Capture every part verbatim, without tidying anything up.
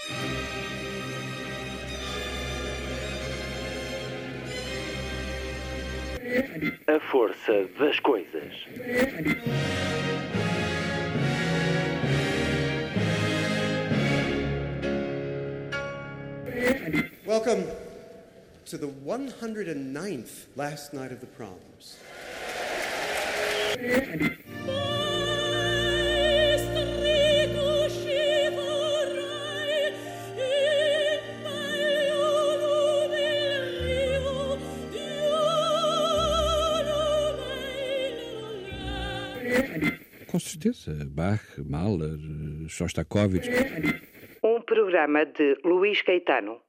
A força das coisas. Welcome to the one hundred ninth last night of the proms. Com certeza, Bach, Mahler, Shostakovich. Um programa de Luís Caetano.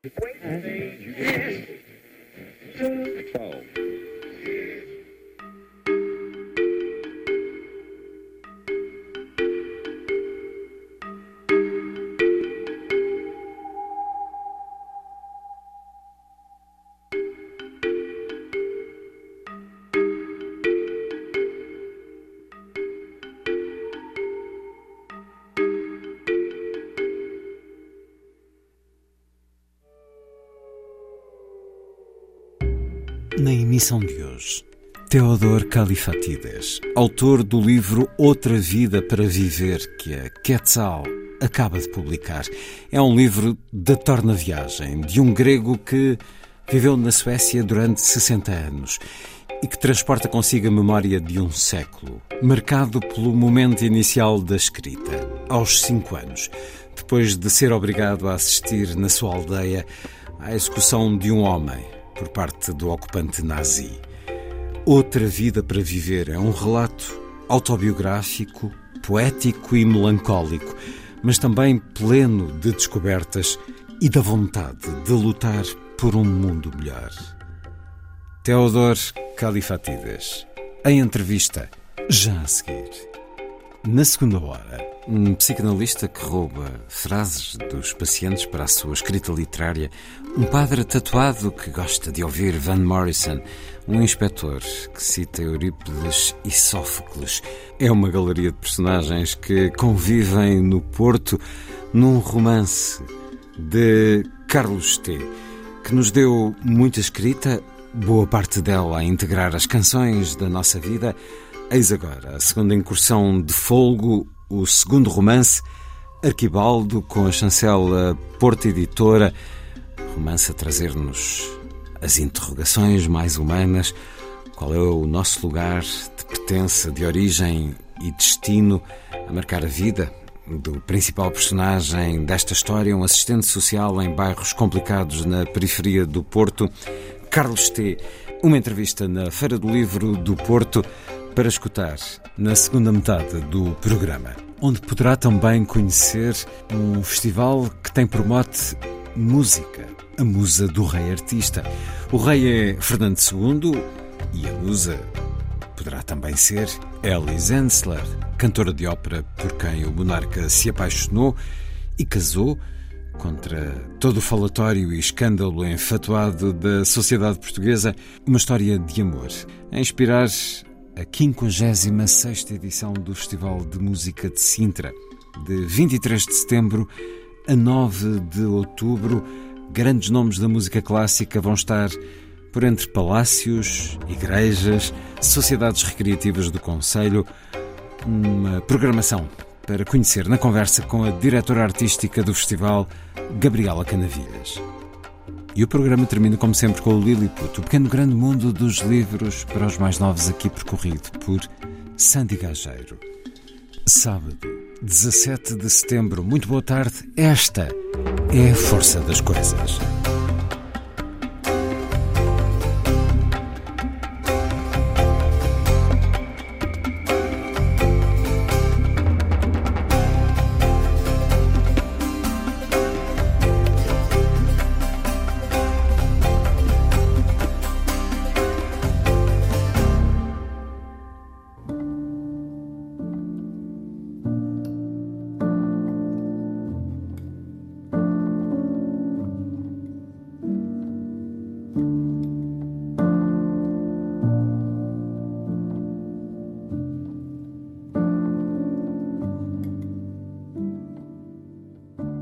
Na emissão de hoje, Teodor Kalifatides, autor do livro Outra Vida para Viver, que a Quetzal acaba de publicar. É um livro da torna-viagem de um grego que viveu na Suécia durante sessenta anos e que transporta consigo a memória de um século, marcado pelo momento inicial da escrita, aos cinco anos, depois de ser obrigado a assistir na sua aldeia à execução de um homem por parte do ocupante nazi. Outra Vida para Viver é um relato autobiográfico, poético e melancólico, mas também pleno de descobertas e da vontade de lutar por um mundo melhor. Teodor Kalifatides, em entrevista, já a seguir. Na segunda hora, um psicanalista que rouba frases dos pacientes para a sua escrita literária, um padre tatuado que gosta de ouvir Van Morrison, um inspetor que cita Eurípides e Sófocles. É uma galeria de personagens que convivem no Porto num romance de Carlos T., que nos deu muita escrita, boa parte dela a integrar as canções da nossa vida. Eis agora a segunda incursão de Folgo, o segundo romance, Arquibaldo, com a chancela Porto Editora, romance a trazer-nos as interrogações mais humanas: qual é o nosso lugar de pertença, de origem e destino, a marcar a vida do principal personagem desta história, um assistente social em bairros complicados na periferia do Porto, Carlos T. Uma entrevista na Feira do Livro do Porto, para escutar na segunda metade do programa, onde poderá também conhecer um festival que tem por mote música, a musa do rei artista. O rei é Fernando segundo e a musa poderá também ser Alice Ensler, cantora de ópera por quem o monarca se apaixonou e casou, contra todo o falatório e escândalo enfatuado da sociedade portuguesa, uma história de amor a inspirar a quinquagésima sexta edição do Festival de Música de Sintra, de vinte e três de setembro a nove de outubro. Grandes nomes da música clássica vão estar por entre palácios, igrejas, sociedades recreativas do concelho. Uma programação para conhecer na conversa com a diretora artística do festival, Gabriela Canavilhas. E o programa termina, como sempre, com o Lilliput, o pequeno grande mundo dos livros para os mais novos, aqui percorrido por Sandy Gageiro. Sábado, dezassete de setembro, muito boa tarde. Esta é a força das coisas.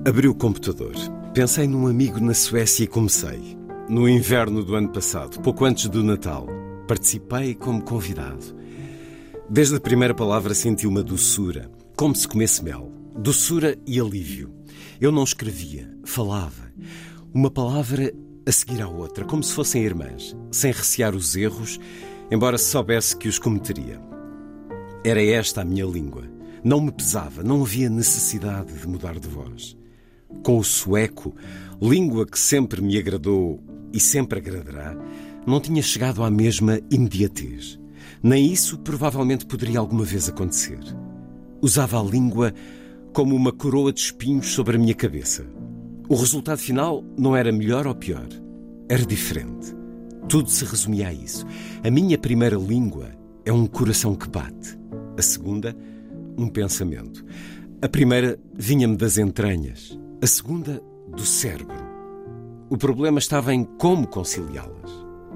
Abri o computador. Pensei num amigo na Suécia e comecei. No inverno do ano passado, pouco antes do Natal, participei como convidado. Desde a primeira palavra senti uma doçura, como se comesse mel. Doçura e alívio. Eu não escrevia, falava. Uma palavra a seguir à outra, como se fossem irmãs, sem recear os erros, embora soubesse que os cometeria. Era esta a minha língua. Não me pesava, não havia necessidade de mudar de voz. Com o sueco, língua que sempre me agradou e sempre agradará, não tinha chegado à mesma imediatez. Nem isso provavelmente poderia alguma vez acontecer. Usava a língua como uma coroa de espinhos sobre a minha cabeça. O resultado final não era melhor ou pior. Era diferente. Tudo se resumia a isso. A minha primeira língua é um coração que bate. A segunda, um pensamento. A primeira vinha-me das entranhas. A segunda, do cérebro. O problema estava em como conciliá-las.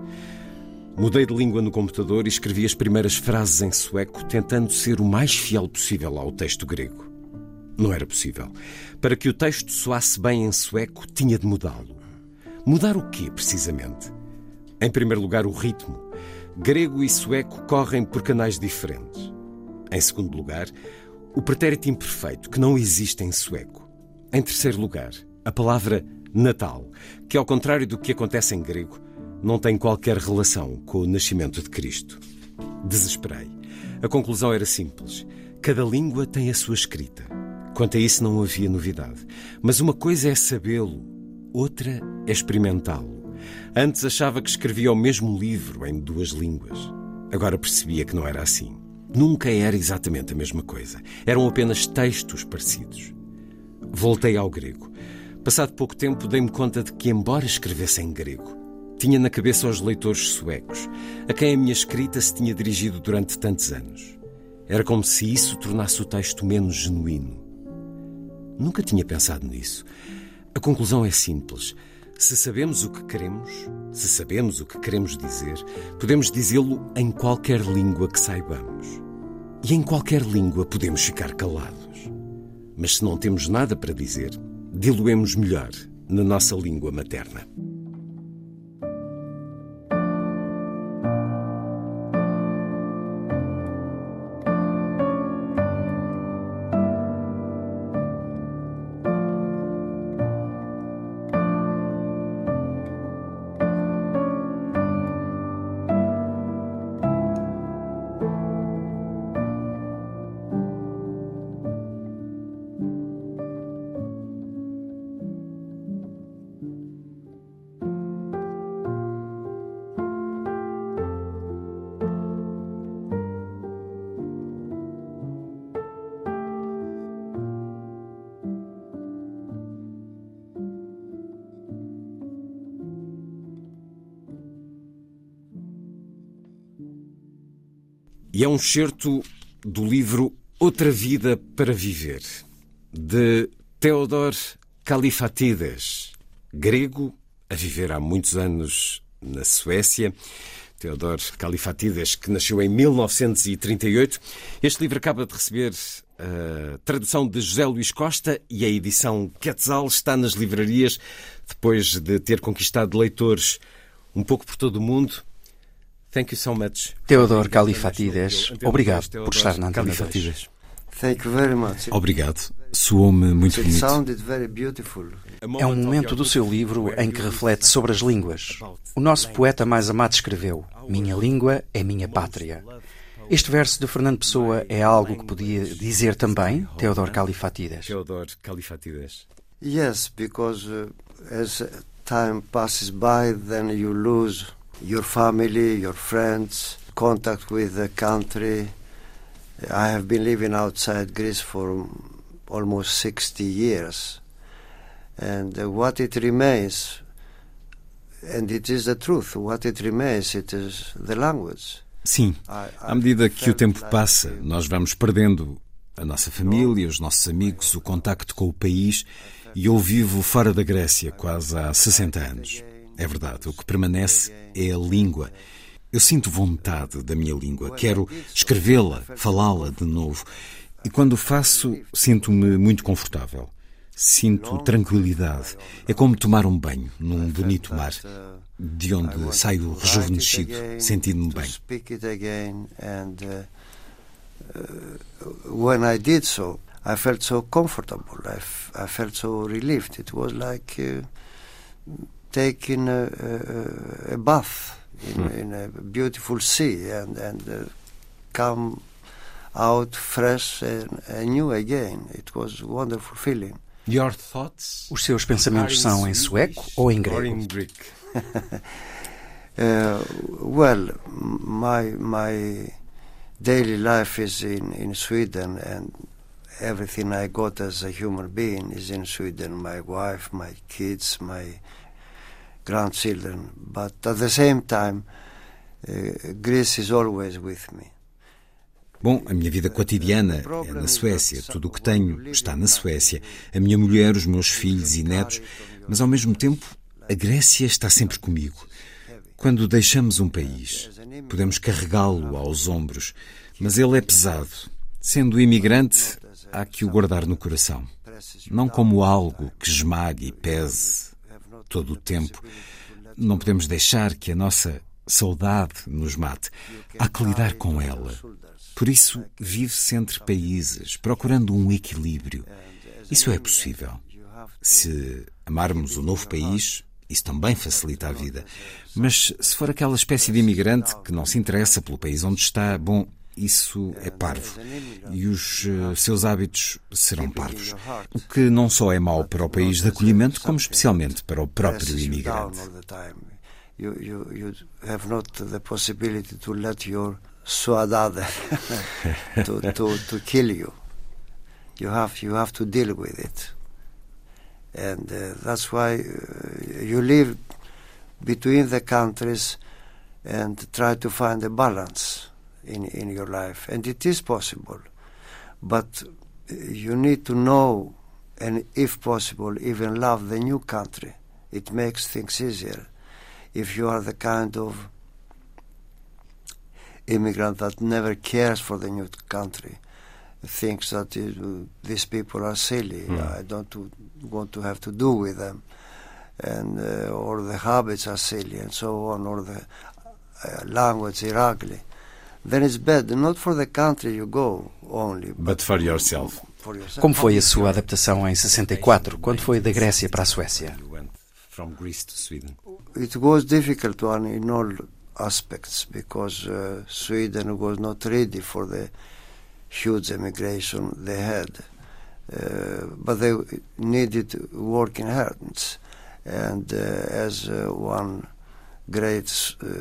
Mudei de língua no computador e escrevi as primeiras frases em sueco, tentando ser o mais fiel possível ao texto grego. Não era possível. Para que o texto soasse bem em sueco, tinha de mudá-lo. Mudar o quê, precisamente? Em primeiro lugar, o ritmo. Grego e sueco correm por canais diferentes. Em segundo lugar, o pretérito imperfeito, que não existe em sueco. Em terceiro lugar, a palavra Natal, que, ao contrário do que acontece em grego, não tem qualquer relação com o nascimento de Cristo. Desesperei. A conclusão era simples. Cada língua tem a sua escrita. Quanto a isso não havia novidade. Mas uma coisa é sabê-lo, outra é experimentá-lo. Antes achava que escrevia o mesmo livro em duas línguas. Agora percebia que não era assim. Nunca era exatamente a mesma coisa. Eram apenas textos parecidos. Voltei ao grego. Passado pouco tempo dei-me conta de que, embora escrevesse em grego, tinha na cabeça os leitores suecos, a quem a minha escrita se tinha dirigido durante tantos anos. Era como se isso tornasse o texto menos genuíno. Nunca tinha pensado nisso. A conclusão é simples. Se sabemos o que queremos, se sabemos o que queremos dizer, podemos dizê-lo em qualquer língua que saibamos. E em qualquer língua podemos ficar calados. Mas se não temos nada para dizer, diluemos melhor na nossa língua materna. E é um excerto do livro Outra Vida para Viver, de Theodor Kallifatides, grego, a viver há muitos anos na Suécia. Theodor Kallifatides, que nasceu em mil novecentos e trinta e oito. Este livro acaba de receber a tradução de José Luís Costa e a edição Quetzal está nas livrarias, depois de ter conquistado leitores um pouco por todo o mundo. Thank you so much. Theodor Kallifatides, obrigado por estar na Antena dois. Thank you very much. Obrigado. Soou-me muito bonito. É um momento do seu livro em que reflete sobre as línguas. O nosso poeta mais amado escreveu: Minha língua é minha pátria. Este verso de Fernando Pessoa é algo que podia dizer também Theodor Kallifatides. Theodor Kallifatides. Yes, because uh, as time passes by, then you lose your family, your friends, contact with the country. I have been living outside Greece for almost sixty years. And uh, what it remains, and it is the truth, what it remains, it is the language. Sim, à medida que o tempo passa, nós vamos perdendo a nossa família, os nossos amigos, o contacto com o país, e eu vivo fora da Grécia quase há sessenta anos. É verdade, o que permanece é a língua. Eu sinto vontade da minha língua, quero escrevê-la, falá-la de novo. E quando o faço, sinto-me muito confortável. Sinto tranquilidade. É como tomar um banho num bonito mar, de onde saio rejuvenescido, sentindo-me bem. When I did so, I felt so comfortable. I, f I felt so relieved. It was like uh, taking a, a, a bath in, hmm. in a beautiful sea and, and uh, come out fresh and, and new again. It was a wonderful feeling. Your thoughts? Os seus pensamentos são em sueco ou em grego? uh, well, my my daily life is in in Sweden, and everything I got as a human being is in Sweden. My wife, my kids, my grandchildren. But at the same time, uh, Greece is always with me. Bom, a minha vida cotidiana é na Suécia. Tudo o que tenho está na Suécia. A minha mulher, os meus filhos e netos. Mas, ao mesmo tempo, a Grécia está sempre comigo. Quando deixamos um país, podemos carregá-lo aos ombros. Mas ele é pesado. Sendo imigrante, há que o guardar no coração. Não como algo que esmague e pese todo o tempo. Não podemos deixar que a nossa saudade nos mate. Há que lidar com ela. Por isso, vive-se entre países, procurando um equilíbrio. Isso é possível. Se amarmos o novo país, isso também facilita a vida. Mas se for aquela espécie de imigrante que não se interessa pelo país onde está, bom, isso é parvo. E os uh, seus hábitos serão parvos. O que não só é mau para o país de acolhimento, como especialmente para o próprio imigrante. You, you, you have not the possibility to let your saudade to, to, to kill you. You have, you have to deal with it. And uh, that's why uh, you live between the countries and try to find a balance in, in your life. And it is possible. But you need to know, and if possible, even love the new country. It makes things easier. If you are the kind of immigrant that never cares for the new country, thinks that it, uh, these people are silly, mm. I don't to, want to have to do with them, and uh, or the habits are silly and so on, or the uh, language is ugly, then it's bad, not for the country you go only, but, but for yourself. For yourself. Como foi a sua adaptação em sessenta e quatro, quando foi da Grécia para a Suécia? From Greece to Sweden. It was difficult one in all aspects because uh, Sweden was not ready for the huge emigration they had, uh, but they needed working hands, and uh, as uh, one great uh,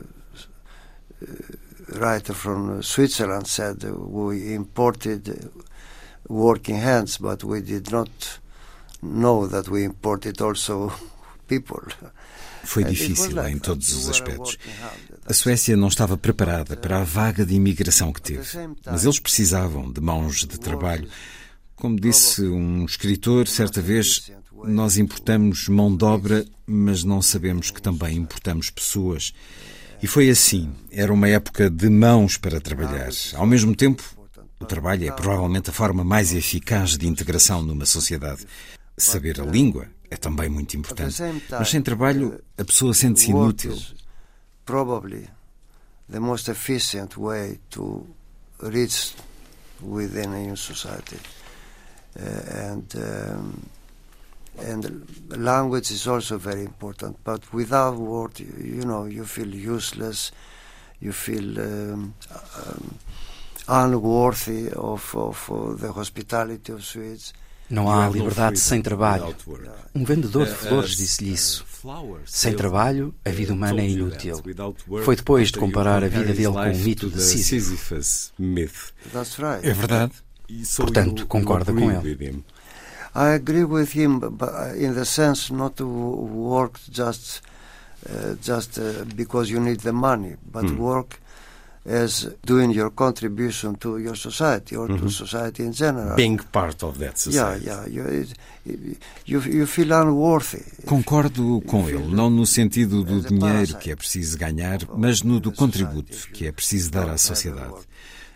writer from Switzerland said, we imported working hands, but we did not know that we imported also people. Foi difícil em todos os aspectos. A Suécia não estava preparada para a vaga de imigração que teve, mas eles precisavam de mãos de trabalho. Como disse um escritor certa vez, nós importamos mão de obra, mas não sabemos que também importamos pessoas. E foi assim. Era uma época de mãos para trabalhar. Ao mesmo tempo, o trabalho é provavelmente a forma mais eficaz de integração numa sociedade. Saber a língua é também muito importante. Mas sem trabalho, a pessoa sente-se inútil. Probably the most efficient way to reach within a new society. Uh, and um, and language is also very important. But without word, you know, you feel useless. You feel um, um, unworthy of, of uh, the hospitality of Swedes. Não há liberdade sem trabalho. Um vendedor de flores disse-lhe isso. Sem trabalho, a vida humana é inútil. Foi depois de comparar a vida dele com o mito de Sísifo. É verdade. Portanto, concorda com ele. I agree with him, but in the sense not to work just uh, just uh, because you need the money, but hmm. work as doing your contribution to your society or mm-hmm. to society in general. Being part of that society. Yeah, yeah. You, you, you feel unworthy. Concordo com ele, não no sentido do dinheiro que é preciso ganhar, mas no do contributo que é preciso dar à sociedade.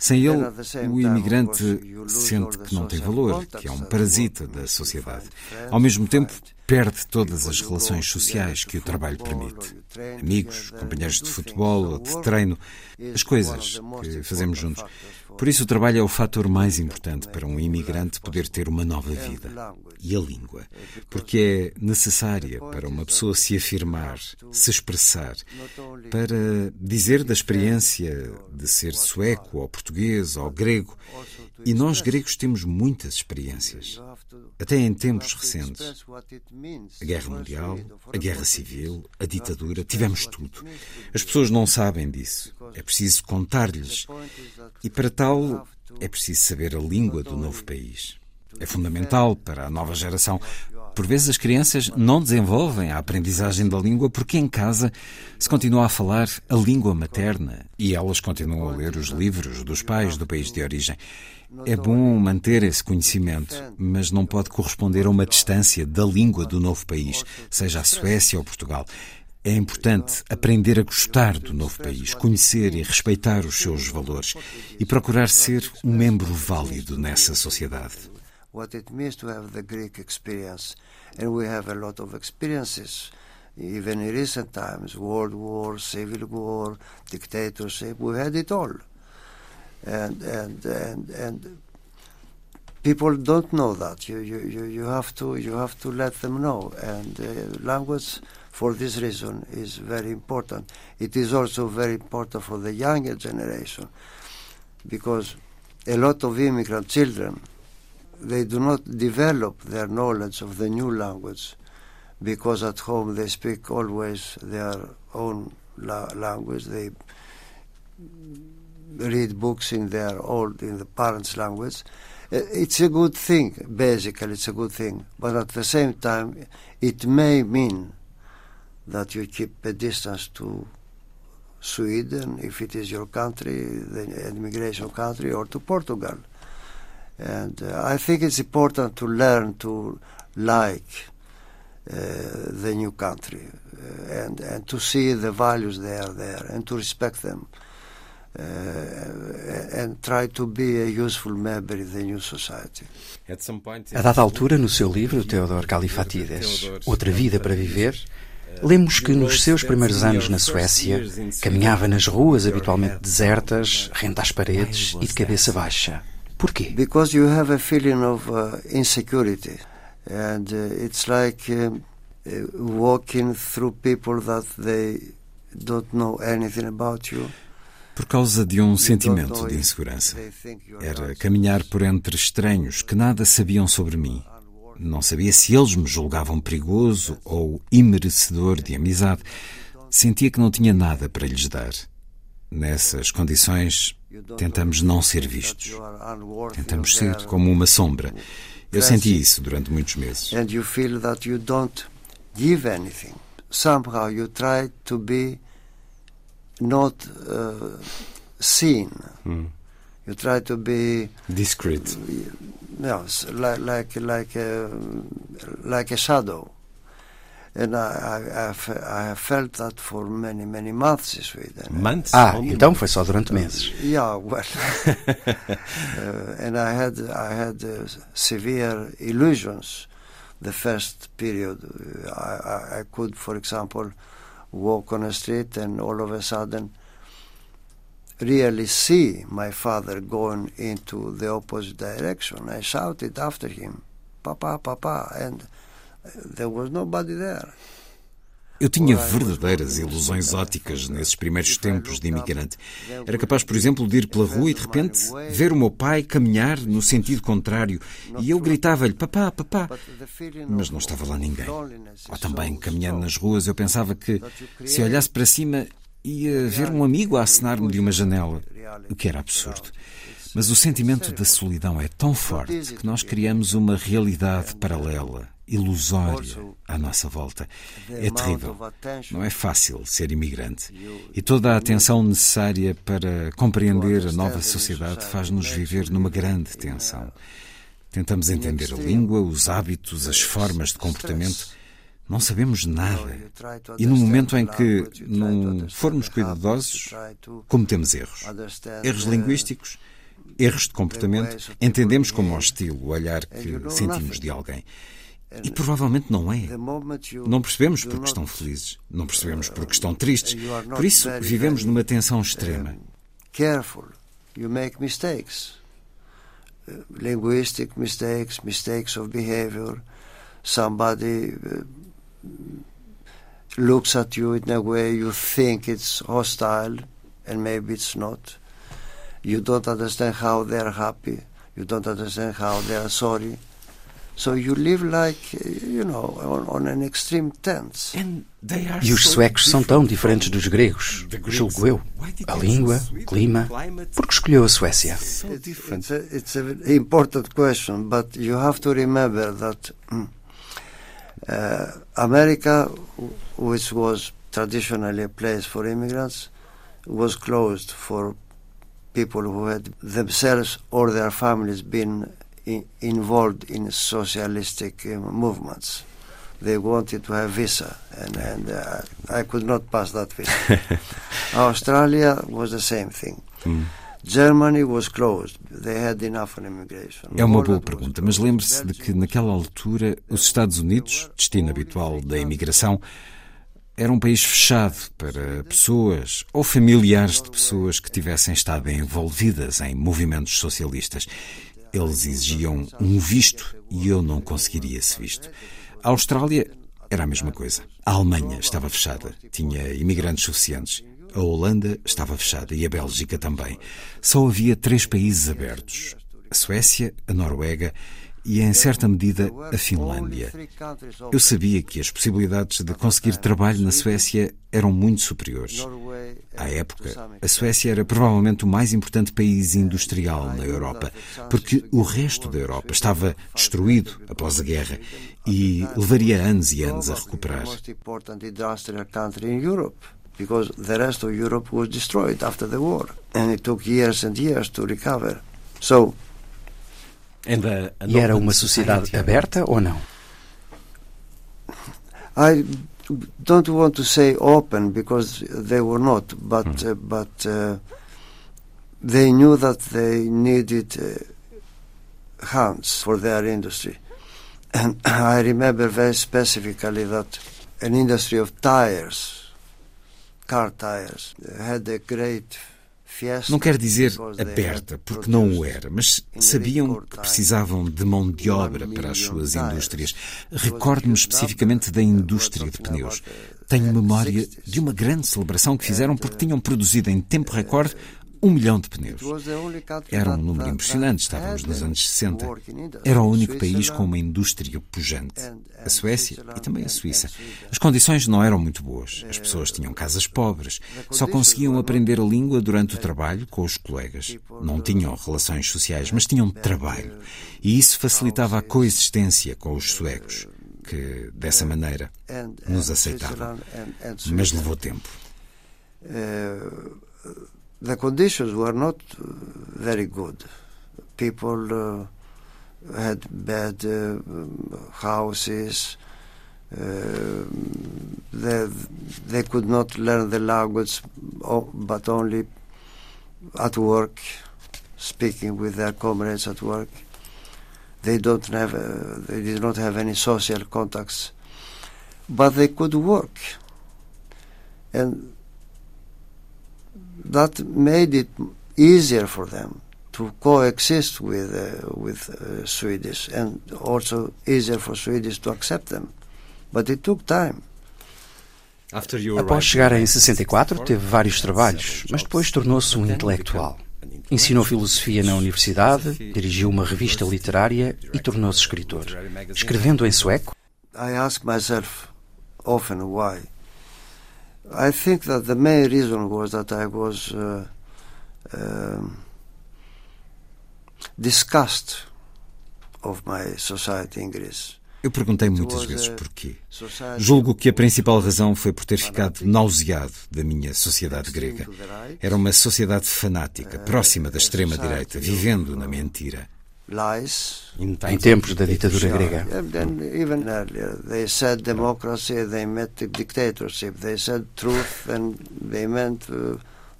Sem ele, o imigrante sente que não tem valor, que é um parasita da sociedade. Ao mesmo tempo, perde todas as relações sociais que o trabalho permite. Amigos, companheiros de futebol ou de treino, as coisas que fazemos juntos. Por isso o trabalho é o fator mais importante para um imigrante poder ter uma nova vida. E a língua, porque é necessária para uma pessoa se afirmar, se expressar, para dizer da experiência de ser sueco ou português ou grego. E nós gregos temos muitas experiências, até em tempos recentes. A Guerra Mundial, a Guerra Civil, a ditadura, tivemos tudo. As pessoas não sabem disso. É preciso contar-lhes. E para tal, é preciso saber a língua do novo país. É fundamental para a nova geração. Por vezes as crianças não desenvolvem a aprendizagem da língua porque em casa se continua a falar a língua materna e elas continuam a ler os livros dos pais do país de origem. É bom manter esse conhecimento, mas não pode corresponder a uma distância da língua do novo país, seja a Suécia ou Portugal. É importante aprender a gostar do novo país, conhecer e respeitar os seus valores e procurar ser um membro válido nessa sociedade. What it means to have the Greek experience, and we have a lot of experiences, even in recent times, World War, Civil War, dictatorship, we had it all. And and and and people don't know that. You you you you have to you have to let them know. And uh, language, for this reason, is very important. It is also very important for the younger generation, because a lot of immigrant children, they do not develop their knowledge of the new language, because at home they speak always their own la language. They read books in their old, in the parents' language. It's a good thing, basically it's a good thing, but at the same time it may mean that you keep a distance to Sweden, if it is your country, the immigration country, or to Portugal. And uh, I think it's important to learn to like uh, the new country uh, and, and to see the values they are there and to respect them. Uh, and try to be a useful member in the new society. A dada altura, no seu livro, Theodor Kallifatides, Outra Vida para Viver, lemos que nos seus primeiros anos na Suécia caminhava nas ruas habitualmente desertas, rente às paredes e de cabeça baixa. Porquê? Because you have a feeling of uh, insecurity, and uh, it's like uh, walking through people that they don't know anything about you. Por causa de um sentimento de insegurança. Era caminhar por entre estranhos que nada sabiam sobre mim. Não sabia se eles me julgavam perigoso ou imerecedor de amizade. Sentia que não tinha nada para lhes dar. Nessas condições, tentamos não ser vistos. Tentamos ser como uma sombra. Eu senti isso durante muitos meses. And you feel that you don't give anything. Somehow you try to be not uh, seen. Mm. You try to be discreet. Yes, like like like a, like a shadow. And I, I, I have felt that for many, many months in Sweden. Months? Ah, então foi só durante meses. Yeah, well, uh, and I had I had uh, severe illusions. The first period, I, I, I could, for example, walk on a street and all of a sudden really see my father going into the opposite direction. I shouted after him, "Papa, Papa," and there was nobody there. Eu tinha verdadeiras ilusões ópticas nesses primeiros tempos de imigrante. Era capaz, por exemplo, de ir pela rua e, de repente, ver o meu pai caminhar no sentido contrário e eu gritava-lhe, papá, papá, mas não estava lá ninguém. Ou também, caminhando nas ruas, eu pensava que, se olhasse para cima, ia ver um amigo a acenar-me de uma janela, o que era absurdo. Mas o sentimento da solidão é tão forte que nós criamos uma realidade paralela, ilusória, à nossa volta. É terrível. Não é fácil ser imigrante. E toda a atenção necessária para compreender a nova sociedade faz-nos viver numa grande tensão. Tentamos entender a língua, os hábitos, as formas de comportamento. Não sabemos nada. E no momento em que não formos cuidadosos, cometemos erros. Erros linguísticos, erros de comportamento, entendemos como hostil o olhar que sentimos de alguém. E provavelmente não é. Não percebemos porque estão felizes, não percebemos porque estão tristes. Por isso, vivemos numa tensão extrema. Careful, you make mistakes. Linguistic mistakes, mistakes of behavior. Somebody looks at you in a way you think it's hostile, and maybe it's not. You don't understand how they're happy. You don't understand how they're sorry. So you live like, you know, on, on an extreme tense. E os suecos são tão diferentes dos gregos, julgo eu. A língua, o clima. Por que escolheu a Suécia? It's, it's, a, it's an important question, but you have to remember that uh, America, which was traditionally a place for immigrants, was closed for people who had themselves or their families been in, involved in socialistic uh, movements. They wanted to have visa, and, and uh, I could not pass that visa. Australia was the same thing. Mm. Germany was closed. They had enough on immigration. É uma boa pergunta, mas lembre-se de que naquela altura os Estados Unidos, destino habitual da imigração, era um país fechado para pessoas ou familiares de pessoas que tivessem estado envolvidas em movimentos socialistas. Eles exigiam um visto e eu não conseguiria esse visto. A Austrália era a mesma coisa. A Alemanha estava fechada, tinha imigrantes suficientes. A Holanda estava fechada e a Bélgica também. Só havia três países abertos: a Suécia, a Noruega e, em certa medida, a Finlândia. Eu sabia que as possibilidades de conseguir trabalho na Suécia eram muito superiores. À época, a Suécia era provavelmente o mais importante país industrial na Europa, porque o resto da Europa estava destruído após a guerra e levaria anos e anos a recuperar. Because the rest of Europe was destroyed after the war, and it took years and years to recover. So, e era uma sociedade aberta ou não? I don't want to say open because they were not, but hmm. uh, but uh, they knew that they needed uh, hands for their industry, and I remember very specifically that an industry of tires. Car tires had a great fiesta. Não quer dizer aberta, porque não o era, mas sabiam que precisavam de mão de obra para as suas indústrias. Recordo-me especificamente da indústria de pneus. Tenho memória de uma grande celebração que fizeram porque tinham produzido em tempo recorde um milhão de pneus. Era um número impressionante, estávamos nos anos sessenta. Era o único país com uma indústria pujante. A Suécia e também a Suíça. As condições não eram muito boas. As pessoas tinham casas pobres. Só conseguiam aprender a língua durante o trabalho com os colegas. Não tinham relações sociais, mas tinham trabalho. E isso facilitava a coexistência com os suecos, que, dessa maneira, nos aceitavam. Mas levou tempo. The conditions were not very good. People uh, had bad uh, houses. Uh, they, they could not learn the language, but only at work, speaking with their comrades at work. They don't have, uh, they did not have any social contacts, but they could work, and that made it easier for them to coexist with uh, with uh, Swedish, and also easier for Swedish to accept them. But it took time. Após chegar em sessenta e quatro, teve vários trabalhos, mas depois tornou-se um intelectual. Ensinou filosofia na universidade, dirigiu uma revista literária e tornou-se escritor. Escrevendo em sueco. I ask myself often why. I think that the main reason was that I was uh, uh, disgusted of my society in Greece. Eu perguntei muitas vezes porquê. Julgo que a principal razão foi por ter ficado nauseado da minha sociedade grega. Era uma sociedade fanática, próxima da extrema-direita, vivendo na mentira. Em tempos da ditadura grega. Even earlier, they said democracy, they meant dictatorship. They said truth, and they meant uh,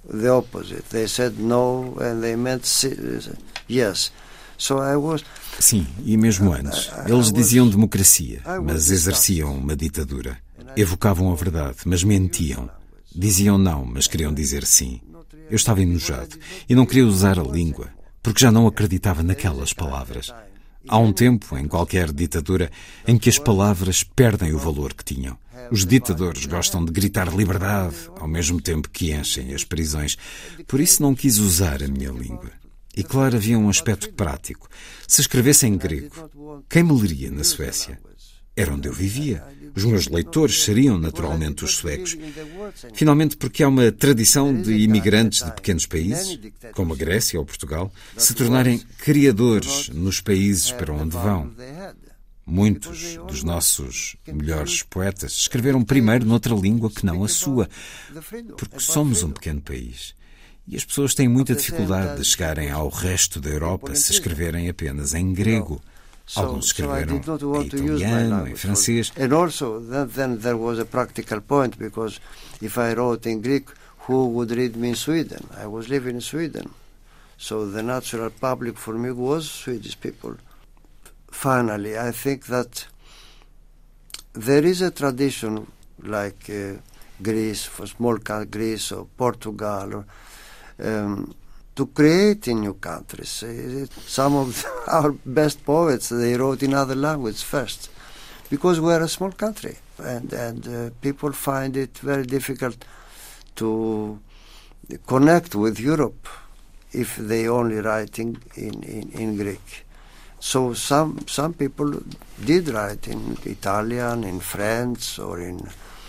the opposite. They said no and they meant yes. So I was... Sim, e mesmo antes. Eles diziam democracia, mas exerciam uma ditadura. Evocavam a verdade, mas mentiam. Diziam não, mas queriam dizer sim. Eu estava enojado e não queria usar a língua, porque já não acreditava naquelas palavras. Há um tempo, em qualquer ditadura, em que as palavras perdem o valor que tinham. Os ditadores gostam de gritar liberdade, ao mesmo tempo que enchem as prisões. Por isso não quis usar a minha língua. E claro, havia um aspecto prático. Se escrevesse em grego, quem me leria na Suécia? Era onde eu vivia. Os meus leitores seriam naturalmente os suecos. Finalmente, porque há uma tradição de imigrantes de pequenos países, como a Grécia ou Portugal, se tornarem criadores nos países para onde vão. Muitos dos nossos melhores poetas escreveram primeiro noutra língua que não a sua, porque somos um pequeno país. E as pessoas têm muita dificuldade de chegarem ao resto da Europa se escreverem apenas em grego. Alguns escreveram em italiano, em francês. And also, then there was a practical point, because if I wrote in Greek, who would read me in Sweden? I was living in Sweden. So the natural public for me was Swedish people. Finally, I think that there is a tradition like uh, Greece, for small country, Greece or Portugal, or, um, to create in new countries. Some of our best poets, they wrote in other languages first, because we are a small country, and, and uh, people find it very difficult to connect with Europe if they only write in, in, in, in Greek. So some some people did write in Italian, in French, or in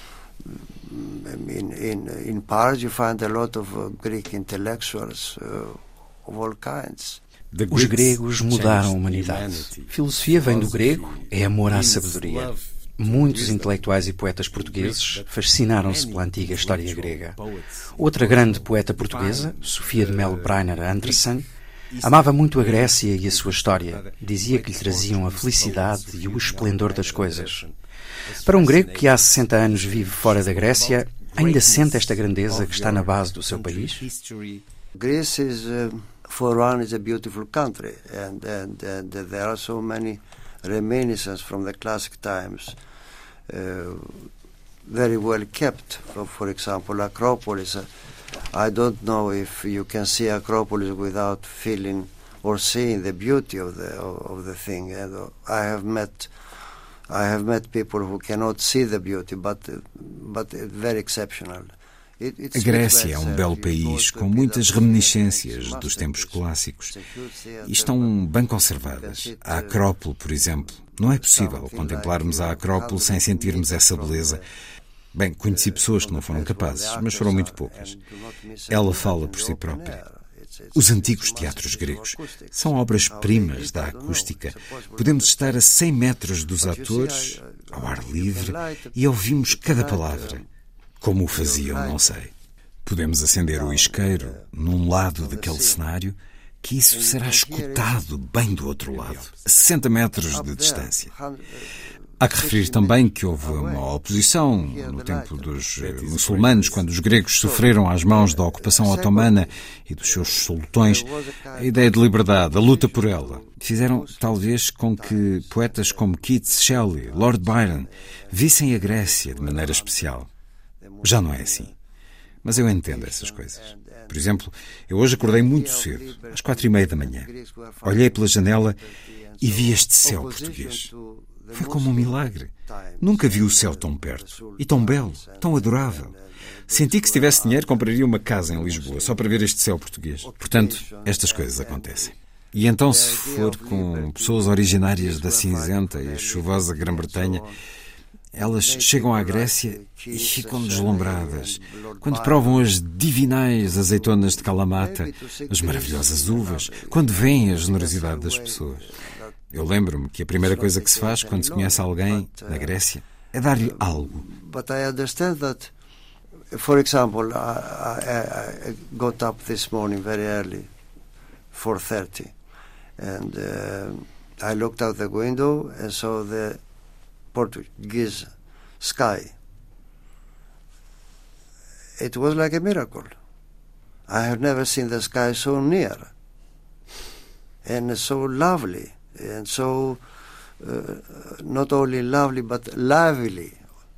in in, in Paris. You find a lot of uh, Greek intellectuals uh, of all kinds. Os gregos mudaram a humanidade. Filosofia vem do grego, é amor à sabedoria. Muitos intelectuais e poetas portugueses fascinaram-se pela antiga história grega. Outra grande poeta portuguesa, Sofia de Melo Breiner Andersen, amava muito a Grécia e a sua história. Dizia que lhe traziam a felicidade e o esplendor das coisas. Para um grego que há sessenta anos vive fora da Grécia, ainda sente esta grandeza que está na base do seu país? Greece is, uh, for one, is a beautiful country, and, and, and there are so many reminiscences from the classic times, uh, very well kept. For, for example, Acropolis. Uh, I don't know if you can see Acropolis without feeling or seeing the beauty of the of, of the thing. And uh, I have met, I have met people who cannot see the beauty, but uh, but uh, very exceptional. A Grécia é um belo país com muitas reminiscências dos tempos clássicos e estão bem conservadas. A Acrópole, por exemplo. Não é possível contemplarmos a Acrópole sem sentirmos essa beleza. Bem, conheci pessoas que não foram capazes, mas foram muito poucas. Ela fala por si própria. Os antigos teatros gregos são obras-primas da acústica. Podemos estar a cem metros dos atores, ao ar livre, e ouvimos cada palavra. Como o faziam, não sei. Podemos acender o isqueiro num lado daquele cenário, que isso será escutado bem do outro lado, a sessenta metros de distância. Há que referir também que houve uma oposição no tempo dos muçulmanos, quando os gregos sofreram às mãos da ocupação otomana e dos seus sultões. A ideia de liberdade, a luta por ela, fizeram talvez com que poetas como Keats, Shelley, Lord Byron vissem a Grécia de maneira especial. Já não é assim. Mas eu entendo essas coisas. Por exemplo, eu hoje acordei muito cedo, às quatro e meia da manhã. Olhei pela janela e vi este céu português. Foi como um milagre. Nunca vi o céu tão perto. E tão belo, tão adorável. Senti que se tivesse dinheiro compraria uma casa em Lisboa, só para ver este céu português. Portanto, estas coisas acontecem. E então, se for com pessoas originárias da cinzenta e chuvosa Grã-Bretanha, elas chegam à Grécia e ficam deslumbradas quando provam as divinais azeitonas de Kalamata, as maravilhosas uvas, quando veem a generosidade das pessoas. Eu lembro-me que a primeira coisa que se faz quando se conhece alguém na Grécia é dar-lhe algo. But I understand that, for example, I, I, I got up this morning very early, four thirty, and uh, I looked out the window and saw the Portuguese sky. It was like a miracle. I have never seen the sky so near and so lovely and so uh, not only lovely but lively.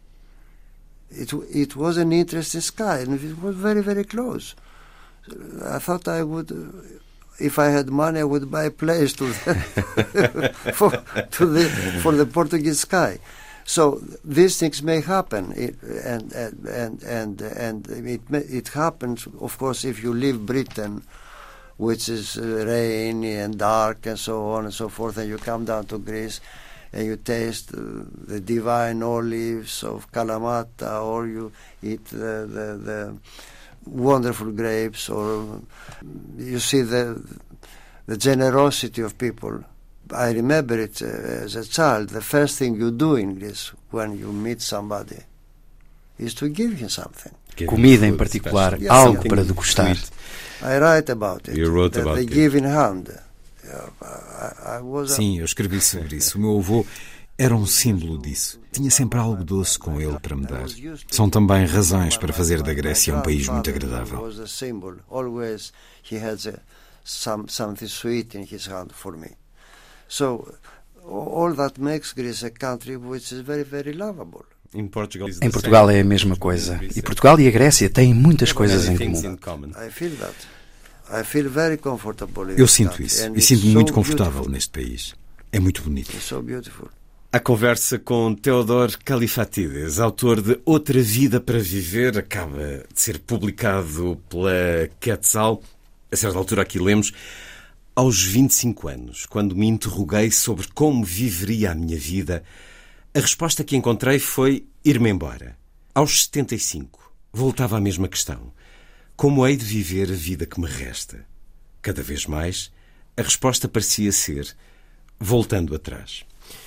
It it was an interesting sky and it was very very close. I thought I would, uh, if I had money, I would buy a place to the, for to the for the Portuguese sky. So these things may happen, it, and and and and and it it happens, of course, if you leave Britain, which is uh, rainy and dark and so on and so forth, and you come down to Greece, and you taste uh, the divine olives of Kalamata, or you eat the the, the wonderful grapes, or you see the the generosity of people. I remember it uh, as a child. The first thing you do in Greece when you meet somebody is to give him something. Comida em particular, yes, algo para degustar. I write about it. You wrote the, about the it. giving hand. I, I was Sim, eu escrevi sobre isso. O meu avô era um símbolo disso. Tinha sempre algo doce com ele para me dar. São também razões para fazer da Grécia um país muito agradável. Always he has a, some, something sweet in his hand for me. So all that makes Greece a country which is very, very lovable. Em Portugal é a mesma coisa. E Portugal e a Grécia têm muitas coisas em comum. I feel that. I feel very comfortable in Eu sinto isso e sinto-me muito confortável neste país. É muito bonito. It's so beautiful. A conversa com Theodore Kallifatides, autor de Outra Vida para Viver, acaba de ser publicado pela Quetzal. A certa altura aqui lemos: aos vinte e cinco anos, quando me interroguei sobre como viveria a minha vida, a resposta que encontrei foi ir-me embora. Aos setenta e cinco, voltava à mesma questão. Como hei de viver a vida que me resta? Cada vez mais, a resposta parecia ser voltando atrás.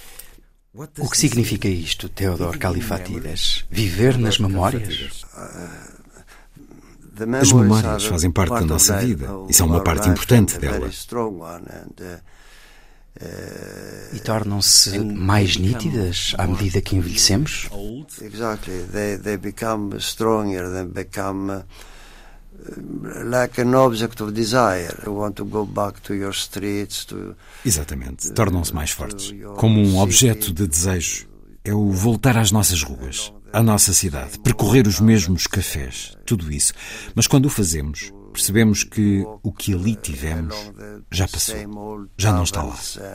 O que significa isto, Theodore Kallifatides? Viver nas memórias? As memórias fazem parte da nossa vida e são uma parte importante dela. E tornam-se mais nítidas à medida que envelhecemos? Exactly. They they become stronger. They become uh, like an object of desire. You want to go back to your streets. To, Exatamente. Tornam-se mais fortes. Como um objeto de desejo. É o voltar às nossas ruas, à nossa cidade, percorrer os mesmos cafés, tudo isso. Mas quando o fazemos, percebemos que o que ali tivemos já passou, já não está lá.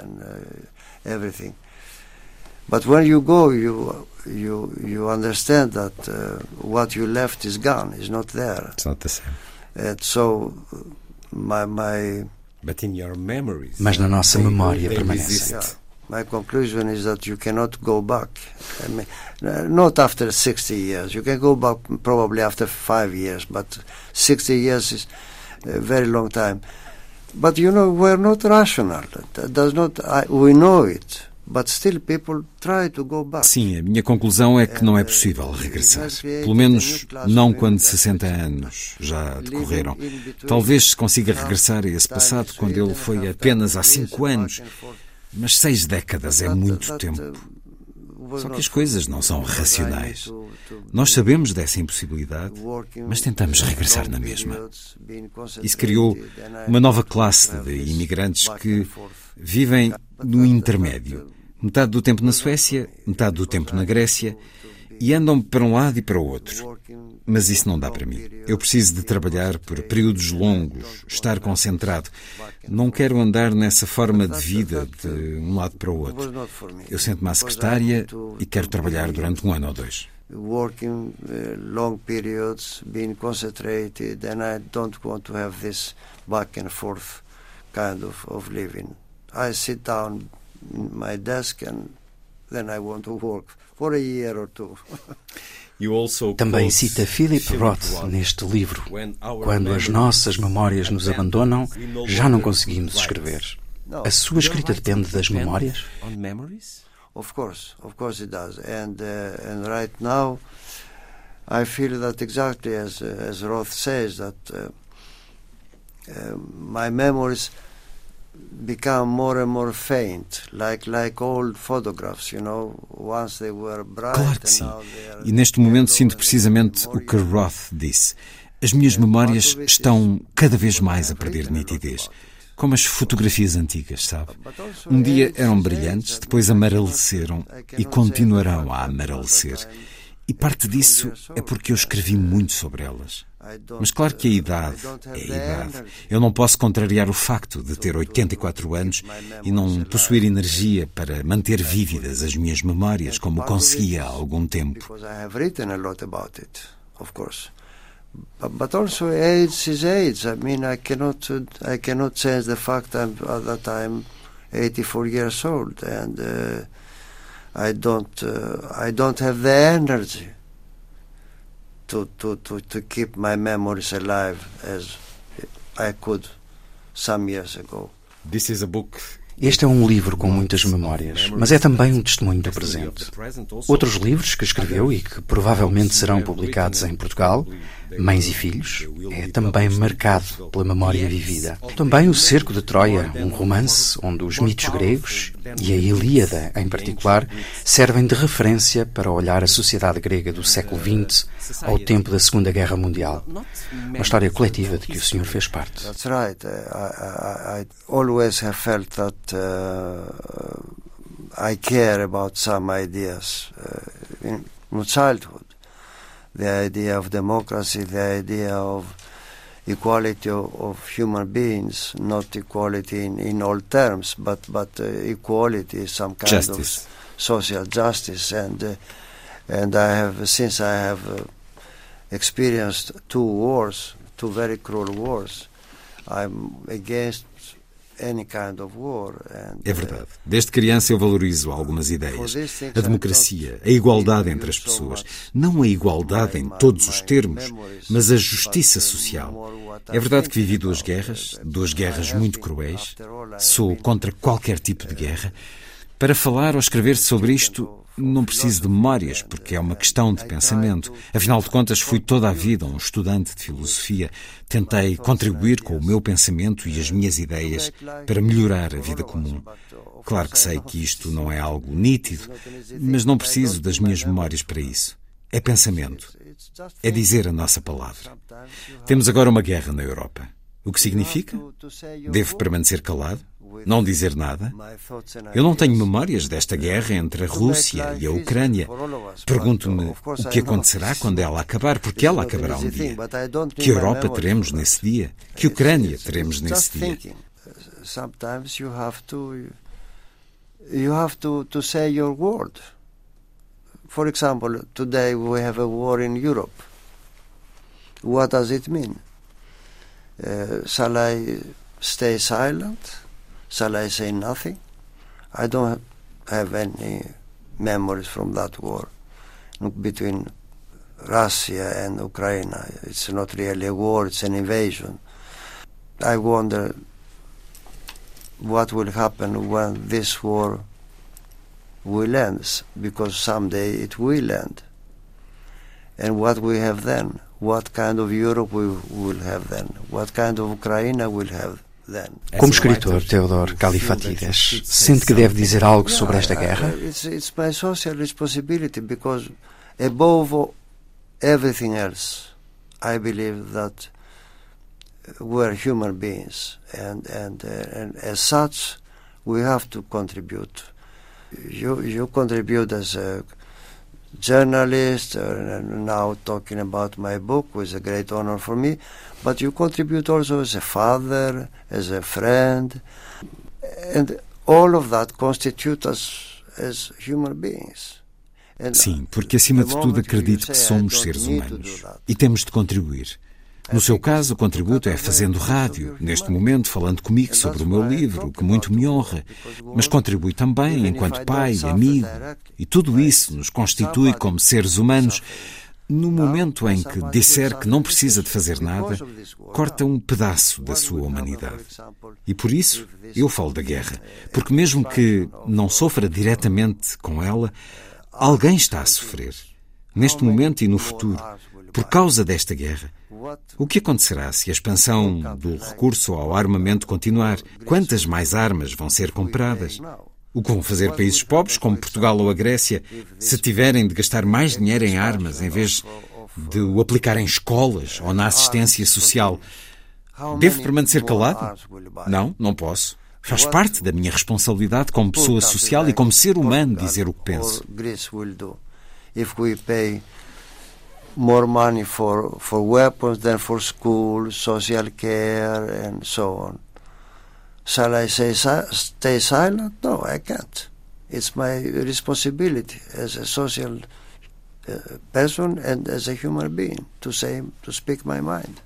But when you go, you you you understand that uh, what you left is gone, is not there. It's not the same. And so my my. But in your memories, mas na nossa memória permanece. Yeah. My conclusion is that you cannot go back. I mean, not after sixty years. You can go back probably after five years, but sixty years is a very long time. But you know, we're not rational. That does not. I, we know it, but still people try to go back. Sim, a minha conclusão é que não é possível regressar. Pelo menos não quando sessenta anos já decorreram. Talvez se consiga regressar a esse passado quando ele foi apenas há cinco anos. Mas seis décadas é muito tempo. Só que as coisas não são racionais. Nós sabemos dessa impossibilidade, mas tentamos regressar na mesma. Isso criou uma nova classe de imigrantes que vivem no intermédio. Metade do tempo na Suécia, metade do tempo na Grécia, e andam para um lado e para o outro. Mas isso não dá para mim. Eu preciso de trabalhar por períodos longos, estar concentrado. Não quero andar nessa forma de vida de um lado para o outro. Eu sento-me à secretária e quero trabalhar durante um ano ou dois. Working long periods, being concentrated, and I don't want to have this back and forth kind of, of living. I sit down in my desk and then I want to work for a year or two. Também cita Philip Roth neste livro. Quando as nossas memórias nos abandonam, já não conseguimos escrever. A sua escrita depende das memórias? Of course, of course it does. And uh, and right now, I feel that exactly as uh, as Roth says that uh, uh, my memories become more and more faint, like like old photographs, you know. Once they were bright. Claro que sim. E neste momento sinto precisamente o que Roth disse. As minhas memórias estão cada vez mais a perder nitidez, como as fotografias antigas, sabe? Um dia eram brilhantes, depois amareleceram e continuarão a amarelecer. E parte disso é porque eu escrevi muito sobre elas. Mas claro que a idade é a idade. Eu não posso contrariar o facto de ter oitenta e quatro anos e não possuir energia para manter vívidas as minhas memórias como conseguia há algum tempo. But also age is age. I mean, I cannot, I cannot change the fact that I'm eighty-four years old, and uh, I don't, uh, I don't have the energy to, to, to, to keep my memories alive as I could some years ago. This is a book. Este é um livro com muitas memórias, mas é também um testemunho do presente. Outros livros que escreveu e que provavelmente serão publicados em Portugal, Mães e Filhos, é também marcado pela memória vivida. Também O Cerco de Troia, um romance onde os mitos gregos, e a Ilíada em particular, servem de referência para olhar a sociedade grega do século vinte ao tempo da Segunda Guerra Mundial. Uma história coletiva de que o senhor fez parte. That's right. I, I, I always have felt that uh, I care about some ideas uh, in my childhood. The idea of democracy, the idea of equality of, of human beings, not equality in, in all terms, but, but uh, equality, some kind justice. of social justice. And, uh, and I have, since I have uh, experienced two wars, two very cruel wars, I'm against any kind of war. And, é verdade. Desde criança eu valorizo algumas ideias. A democracia, a igualdade entre as pessoas. Não a igualdade em todos os termos, mas a justiça social. É verdade que vivi duas guerras, duas guerras muito cruéis. Sou contra qualquer tipo de guerra. Para falar ou escrever sobre isto, não preciso de memórias, porque é uma questão de pensamento. Afinal de contas, fui toda a vida um estudante de filosofia. Tentei contribuir com o meu pensamento e as minhas ideias para melhorar a vida comum. Claro que sei que isto não é algo nítido, mas não preciso das minhas memórias para isso. É pensamento. É dizer a nossa palavra. Temos agora uma guerra na Europa. O que significa? Devo permanecer calado? Não dizer nada? Eu não tenho memórias desta guerra entre a Rússia e a Ucrânia. Pergunto-me o que acontecerá quando ela acabar, porque ela acabará um dia. Que Europa teremos nesse dia? Que Ucrânia teremos nesse dia? Sometimes you have to you have to, to say your word. For example, today we have a war in Europe. What does it mean? Uh, shall I stay silent? Shall I say nothing? I don't have any memories from that war between Russia and Ukraine. It's not really a war, it's an invasion. I wonder what will happen when this war will end, because someday it will end. And what we have then? What kind of Europe we will have then? What kind of Ukraine we'll have? Como escritor, Theodor Kallifatides sente que deve dizer algo sobre esta guerra? It's, it's my social responsibility, because above everything else, I believe that we're human beings, and and, uh, and as such, we have to contribute. You you contribute as a journalist, uh, now talking about my book, which is a great honor for me, but you contribute also as a father, as a friend, and all of that constitute us as human beings. And sim, porque acima de tudo acredito que somos seres humanos e temos de contribuir. No seu caso, o contributo é fazendo rádio, neste momento falando comigo sobre o meu livro, que muito me honra, mas contribui também enquanto pai, amigo, e tudo isso nos constitui como seres humanos. No momento em que disser que não precisa de fazer nada, corta um pedaço da sua humanidade. E por isso eu falo da guerra, porque mesmo que não sofra diretamente com ela, alguém está a sofrer, neste momento e no futuro, por causa desta guerra. O que acontecerá se a expansão do recurso ao armamento continuar? Quantas mais armas vão ser compradas? O que vão fazer países pobres como Portugal ou a Grécia se tiverem de gastar mais dinheiro em armas em vez de o aplicar em escolas ou na assistência social. Devo permanecer calado? Não, não posso. Faz parte da minha responsabilidade como pessoa social e como ser humano dizer o que penso. If we pay more money for, for weapons than for school, social care and so on. Shall I say stay silent? No, I can't. It's my responsibility as a social uh, person and as a human being to say, to speak my mind.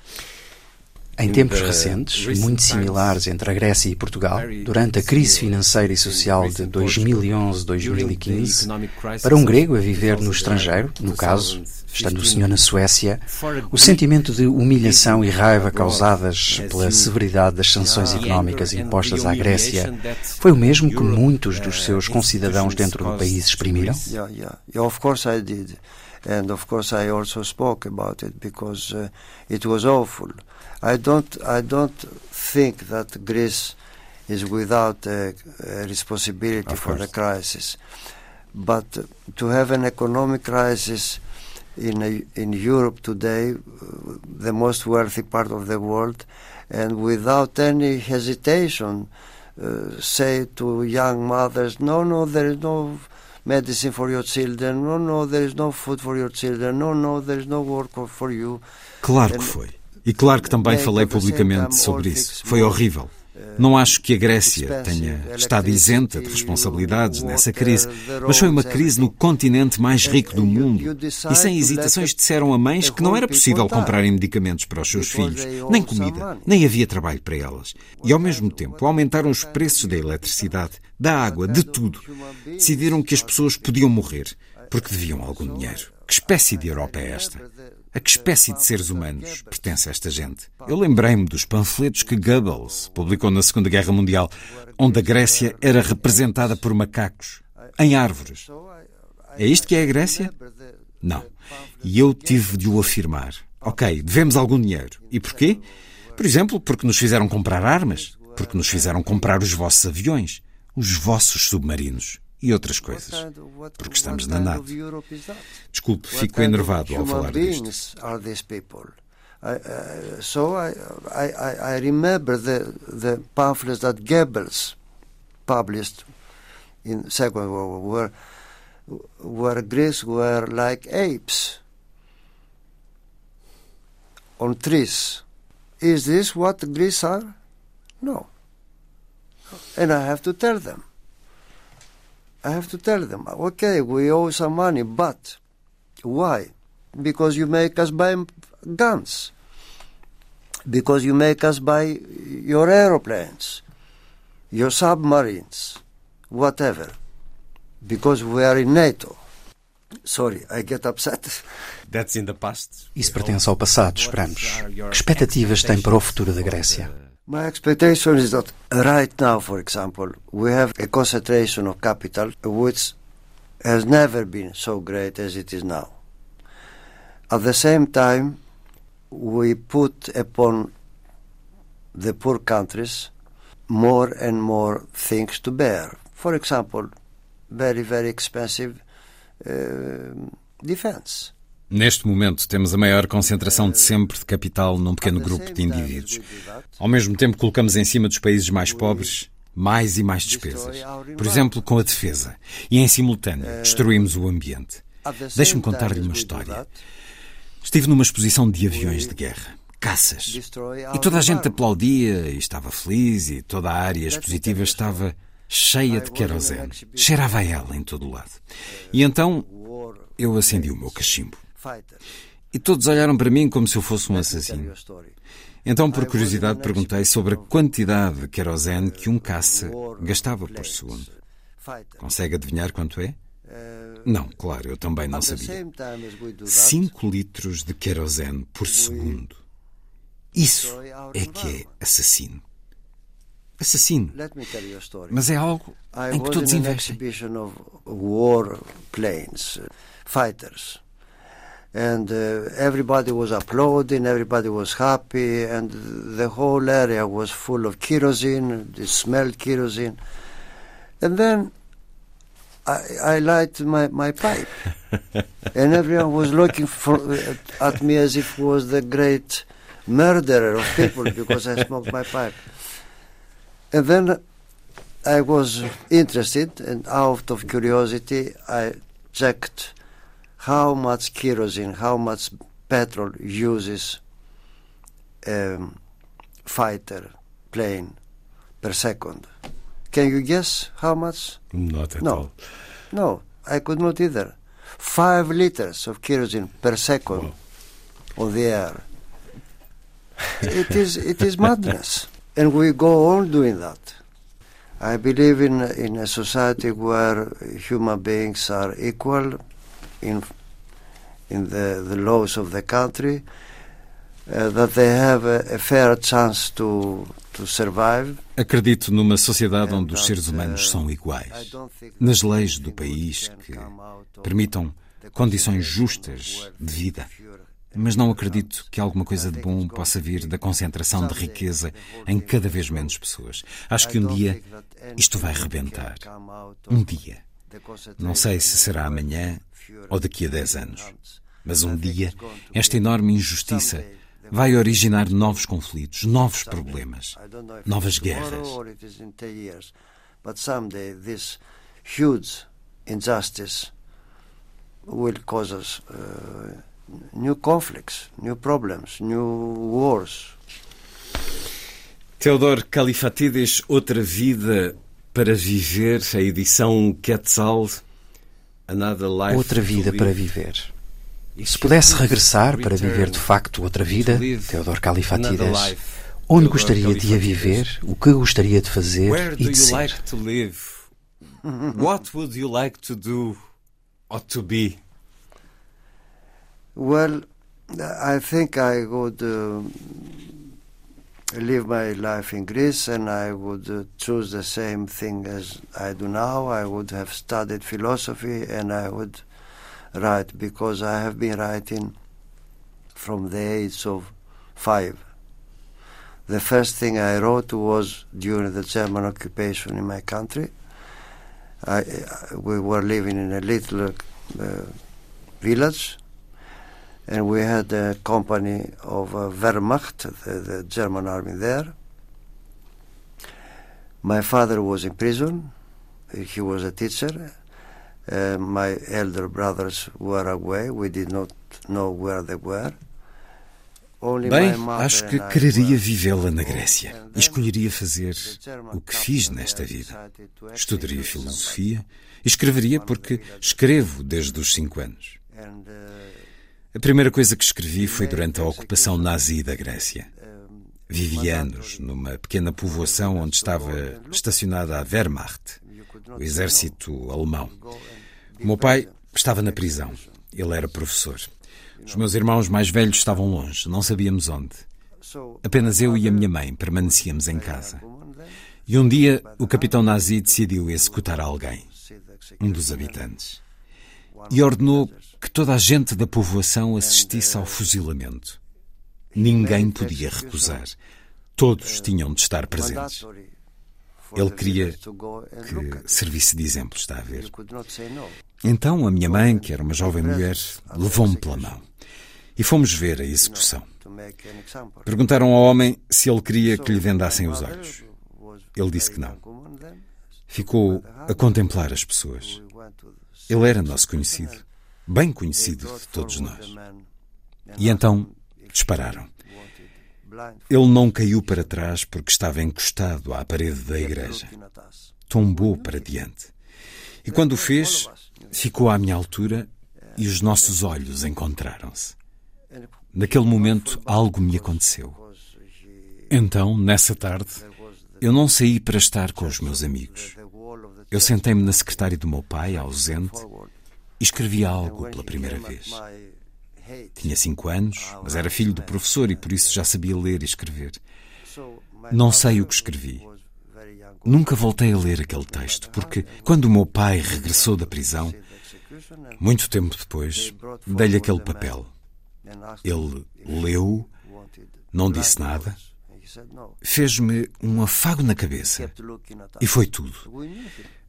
Em tempos recentes, muito similares entre a Grécia e Portugal, durante a crise financeira e social de dois mil e onze a dois mil e quinze, para um grego a viver no estrangeiro, no caso, estando o senhor na Suécia, o sentimento de humilhação e raiva causadas pela severidade das sanções económicas impostas à Grécia foi o mesmo que muitos dos seus concidadãos dentro do país exprimiram? Yeah, yeah. Yeah, of course I did. And of course I also spoke about it because uh, it was awful. I don't, I don't think that Greece is without a, a responsibility for the crisis. But uh, to have an economic crisis in a, in Europe today, uh, the most wealthy part of the world, and without any hesitation, uh, say to young mothers, no, no, there is no medicine for your children, no, no, there is no food for your children, no, no, there is no work for you. Claro que foi. E claro que também falei publicamente sobre isso. Foi horrível. Não acho que a Grécia tenha estado isenta de responsabilidades nessa crise, mas foi uma crise no continente mais rico do mundo. E sem hesitações disseram a mães que não era possível comprarem medicamentos para os seus filhos, nem comida, nem havia trabalho para elas. E ao mesmo tempo aumentaram os preços da eletricidade, da água, de tudo. Decidiram que as pessoas podiam morrer, porque deviam algum dinheiro. Que espécie de Europa é esta? A que espécie de seres humanos pertence esta gente? Eu lembrei-me dos panfletos que Goebbels publicou na Segunda Guerra Mundial, onde a Grécia era representada por macacos, em árvores. É isto que é a Grécia? Não. E eu tive de o afirmar. Ok, devemos algum dinheiro. E porquê? Por exemplo, porque nos fizeram comprar armas, porque nos fizeram comprar os vossos aviões, os vossos submarinos. E outras coisas, porque estamos na NATO. Desculpe, fico enervado ao falar disto. So I, I, I remember the, the pamphlets that Goebbels published in the Second World War, where, where Greeks were like apes on trees. Is this what Greeks are? No. And I have to tell them. I have to tell them, okay, we owe some money, but why? Because you make us buy guns. Because you make us buy your aeroplanes, your submarines, whatever. Because we are in NATO. Sorry, I get upset. That's in the past. Isso pertence ao passado, esperamos. Que expectativas tem para o futuro da Grécia? My expectation is that right now, for example, we have a concentration of capital which has never been so great as it is now. At the same time, we put upon the poor countries more and more things to bear. For example, very, very expensive uh, defense. Neste momento, temos a maior concentração de sempre de capital num pequeno grupo de indivíduos. Ao mesmo tempo, colocamos em cima dos países mais pobres mais e mais despesas. Por exemplo, com a defesa. E, em simultâneo, destruímos o ambiente. Deixe-me contar-lhe uma história. Estive numa exposição de aviões de guerra, caças. E toda a gente aplaudia e estava feliz e toda a área expositiva estava cheia de querosene. Cheirava a ela em todo o lado. E então, eu acendi o meu cachimbo. E todos olharam para mim como se eu fosse um assassino. Então, por curiosidade, perguntei sobre a quantidade de querosene que um caça gastava por segundo. Consegue adivinhar quanto é? Não, claro, eu também não sabia. Cinco litros de querosene por segundo. Isso é que é assassino. Assassino. Mas é algo em que todos investem. And uh, everybody was applauding, everybody was happy, and the whole area was full of kerosene, it smelled kerosene. And then I, I light my, my pipe. And everyone was looking for, at me as if I was the great murderer of people because I smoked my pipe. And then I was interested, and out of curiosity, I checked how much kerosene, how much petrol uses a fighter plane per second. Can you guess how much? Not at no. all. No, I could not either. Five liters of kerosene per second wow. on the air. It is it is madness, and we go on doing that. I believe in in a society where human beings are equal in in the, the laws of the country, uh, that they have a, a fair chance to to survive. Acredito numa sociedade onde os seres humanos são iguais, nas leis do país que permitam condições justas de vida. Mas não acredito que alguma coisa de bom possa vir da concentração de riqueza em cada vez menos pessoas. Acho que um dia isto vai rebentar. Um dia. Não sei se será amanhã ou daqui a dez anos. Mas um dia esta enorme injustiça vai originar novos conflitos, novos problemas, novas guerras. But someday this huge injustice will cause us uh, new conflicts, new problems, new wars. Teodor Kallifatides, Outra Vida para Viver, a edição Quetzal, Another Life. Outra vida para viver. Se pudesse regressar para viver de facto outra vida, Teodor Kallifatides, onde gostaria de a viver, o que gostaria de fazer e de ser? What would you like to do or to be? Well, I think I would uh, live my life in Greece, and I would uh, choose the same thing as I do now. I would have studied philosophy, and I would write, because I have been writing from the age of five. The first thing I wrote was during the German occupation in my country. I, we were living in a little uh, village, and we had a company of uh, Wehrmacht, the, the German army there. My father was in prison. He was a teacher. Uh, my elder brothers were away. We did not know where they were. Bem, acho que quereria vivê-la na Grécia e escolheria fazer o que fiz nesta vida. Estudaria filosofia e escreveria porque escrevo desde os cinco anos. A primeira coisa que escrevi foi durante a ocupação nazi da Grécia. Vivi anos numa pequena povoação onde estava estacionada a Wehrmacht, o exército alemão. O meu pai estava na prisão. Ele era professor. Os meus irmãos mais velhos estavam longe, não sabíamos onde. Apenas eu e a minha mãe permanecíamos em casa. E um dia o capitão nazi decidiu executar alguém, um dos habitantes, e ordenou que toda a gente da povoação assistisse ao fuzilamento. Ninguém podia recusar. Todos tinham de estar presentes. Ele queria que servisse de exemplo, está a ver. Então a minha mãe, que era uma jovem mulher, levou-me pela mão e fomos ver a execução. Perguntaram ao homem se ele queria que lhe vendassem os olhos. Ele disse que não. Ficou a contemplar as pessoas. Ele era nosso conhecido, bem conhecido de todos nós. E então dispararam. Ele não caiu para trás porque estava encostado à parede da igreja. Tombou para diante. E quando o fez, ficou à minha altura e os nossos olhos encontraram-se. Naquele momento, algo me aconteceu. Então, nessa tarde, eu não saí para estar com os meus amigos. Eu sentei-me na secretária do meu pai, ausente, e escrevi algo pela primeira vez. Tinha cinco anos, mas era filho do professor e por isso já sabia ler e escrever. Não sei o que escrevi. Nunca voltei a ler aquele texto, porque quando o meu pai regressou da prisão, muito tempo depois, dei-lhe aquele papel. Ele leu, não disse nada, fez-me um afago na cabeça e foi tudo.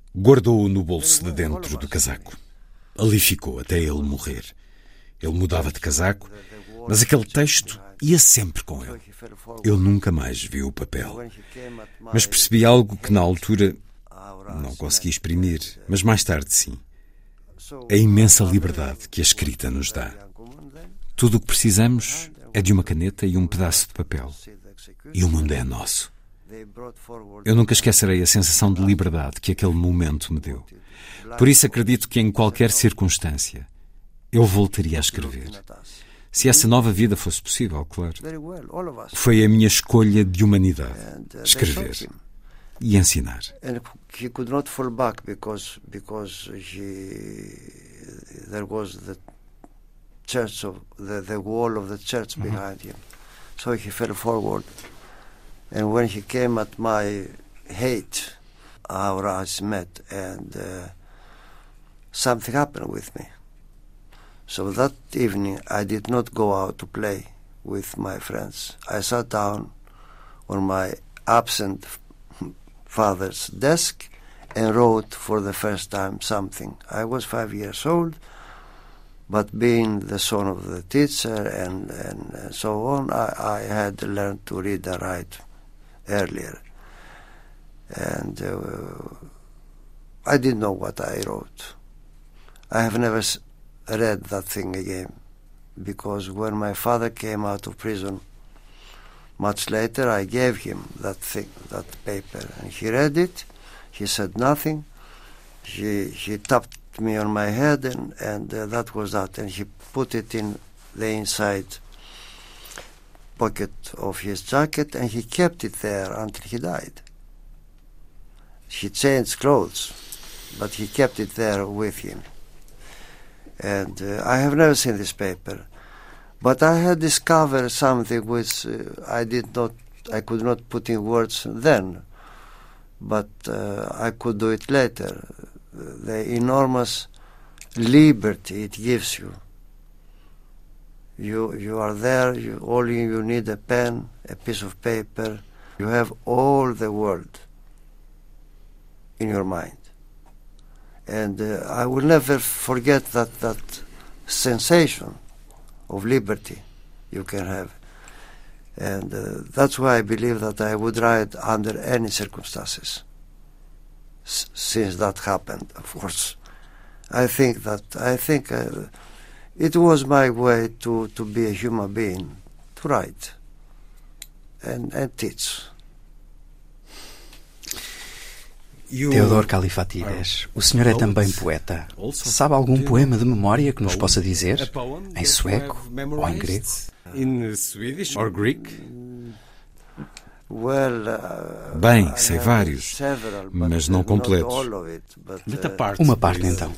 Guardou-o no bolso de dentro do casaco. Ali ficou até ele morrer. Ele mudava de casaco, mas aquele texto ia sempre com ele. Eu nunca mais vi o papel. Mas percebi algo que na altura não consegui exprimir, mas mais tarde sim. A imensa liberdade que a escrita nos dá. Tudo o que precisamos é de uma caneta e um pedaço de papel. E o mundo é nosso. Eu nunca esquecerei a sensação de liberdade que aquele momento me deu. Por isso acredito que em qualquer circunstância eu voltaria a escrever. Se essa nova vida fosse possível, claro. Foi a minha escolha de humanidade. Escrever e ensinar. And he could not fall back because because he there was the church of the, the wall of the church behind him. So he fell forward. And when he came at my hate, our eyes met, and uh, something happened with me. So that evening I did not go out to play with my friends. I sat down on my absent father's desk and wrote for the first time something. I was five years old, but being the son of the teacher and, and so on, I, I had learned to read and write earlier. And uh, I didn't know what I wrote. I have never read that thing again, because when my father came out of prison, much later, I gave him that thing, that paper, and he read it. He said nothing. He he tapped me on my head, and and uh, that was that. And he put it in the inside pocket of his jacket, and he kept it there until he died. He changed clothes, but he kept it there with him. And uh, I have never seen this paper. But I had discovered something which uh, I did not, I could not put in words then, but uh, I could do it later. The enormous liberty it gives you. You you are there. You, all you need a pen, a piece of paper. You have all the world in your mind, and uh, I will never forget that that sensation of liberty you can have. And uh, that's why I believe that I would write under any circumstances. S- since that happened, of course, I think that I think uh, it was my way to, to be a human being, to write and, and teach. Teodor Kalifatides, o senhor é também poeta. Sabe algum poema de memória que nos possa dizer? Em sueco ou em grego? In Swedish or Greek? Bem, sei vários, mas não completos. Uma parte, então.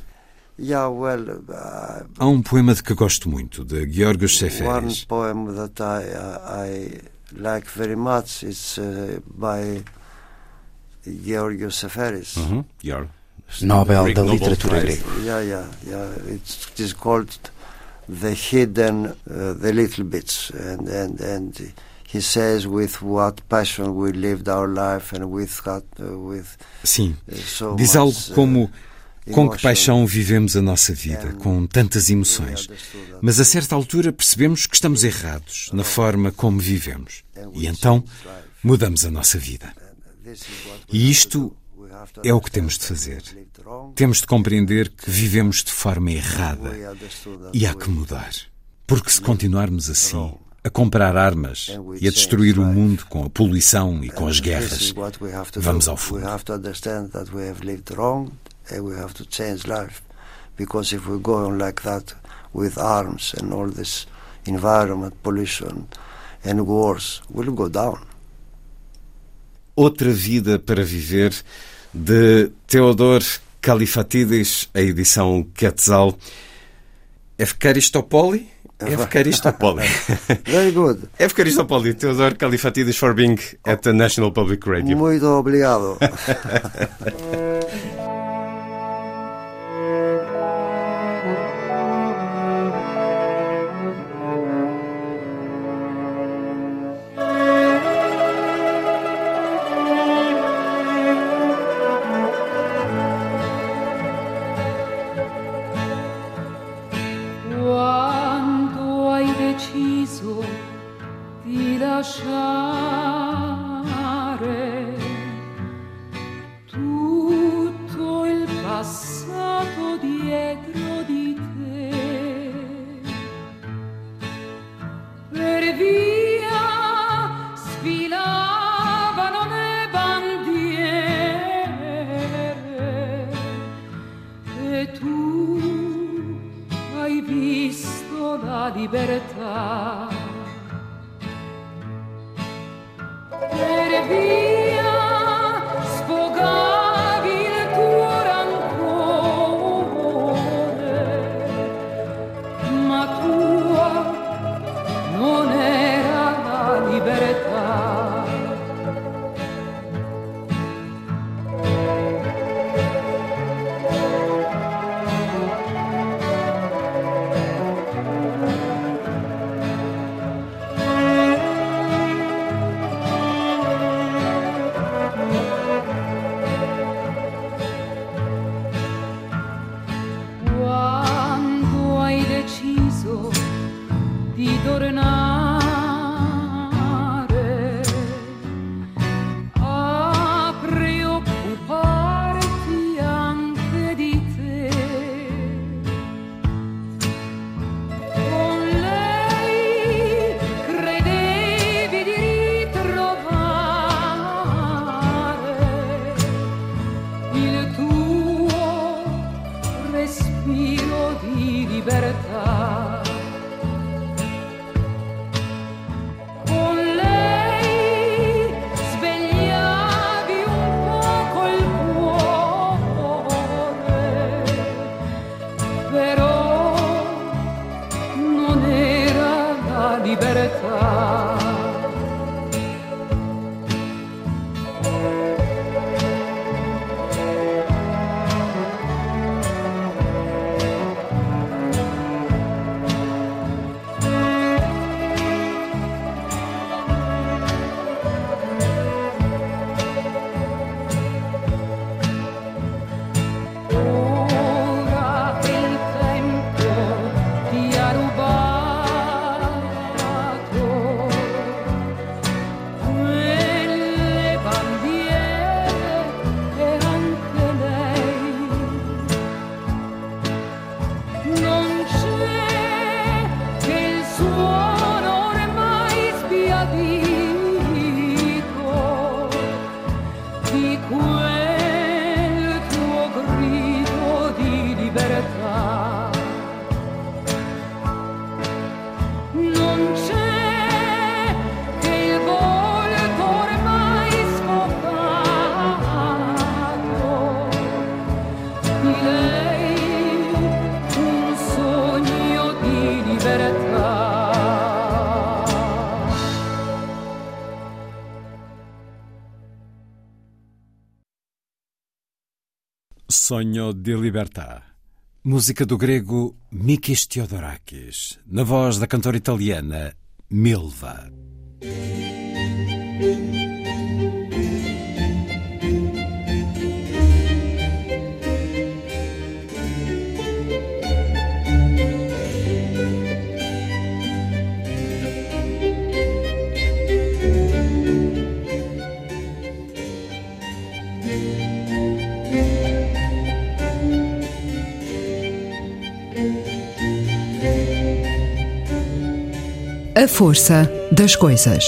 Há um poema de que gosto muito, de Giorgos Seferis. One poem that I, I like very much is uh, by Georgios Seferis. Uh-huh. Yeah. Nobel da literatura grega. Yeah, yeah, yeah. It's, it is called the hidden, uh, the little bits, and and and he says with what passion we lived our life and with what, uh, with. Sim. Uh, so Diz much, algo como uh, com que paixão vivemos a nossa vida, com tantas emoções. Mas a certa altura percebemos que estamos errados na forma como vivemos. E então mudamos a nossa vida. E isto é o que temos de fazer. Temos de compreender que vivemos de forma errada e há que mudar. Porque se continuarmos assim, a comprar armas e a destruir o mundo com a poluição e com as guerras, vamos ao fundo. We have to change life, because if we go on like that with arms and all this environment pollution and wars, we'll go down. Outra Vida para Viver, de Teodor Kalifatides, a edição Quetzal. Efkaristopoli? Efkaristopoli. Very good. Efkaristopoli, Teodor Kalifatides, for being at the National Public Radio. Muito obrigado. deciso di lasciare tutto il passato dietro di te per via sfilavano le bandiere e tu hai visto la libertà per via sfogavi il tuo rancore ma tua non era la libertà. Di tornare a preoccuparti anche di te. Con lei credevi di ritrovare il tuo respiro di libertà. Sonho de Libertà. Música do grego Mikis Theodorakis, na voz da cantora italiana Milva. A força das coisas.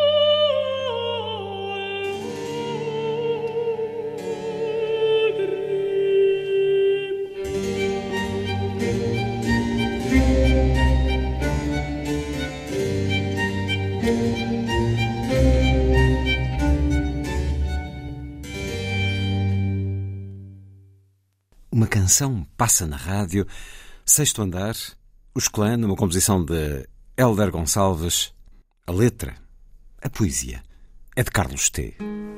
Uma canção passa na rádio, Sexto Andar, Os Clã, numa composição de Hélder Gonçalves. A letra, a poesia, é de Carlos T.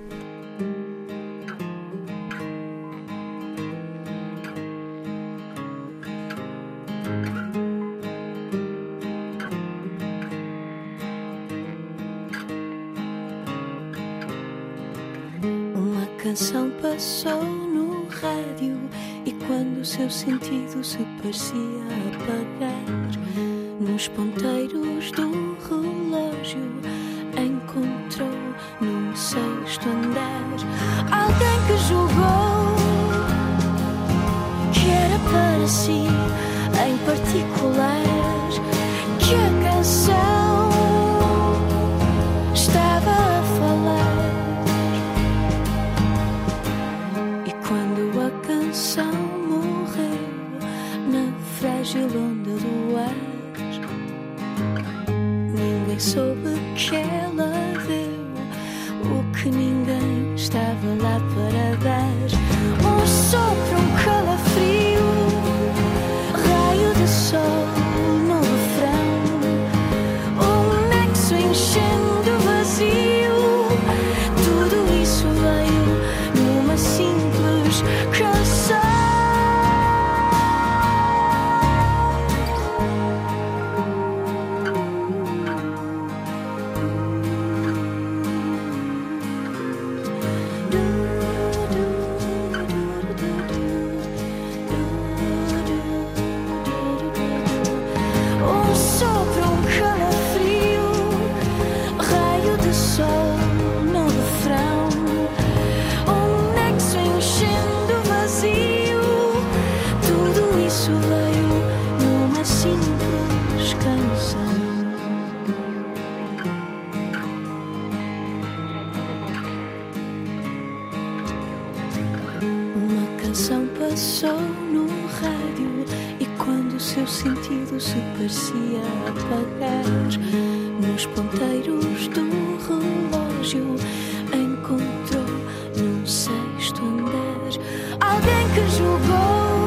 Uma canção passou no rádio e quando o seu sentido se parecia apagar, nos ponteiros do para si em particular que a canção estava a falar. E quando a canção morreu na frágil onda do ar, ninguém soube que ela deu o que ninguém estava lá para dar. Um sopro, um calafrio, raio de sol no refrão, um nexo enchendo vazio. Tudo isso veio numa simples canção. Passou no rádio e quando o seu sentido se parecia apagar, nos ponteiros do relógio encontrou num sexto andar alguém que julgou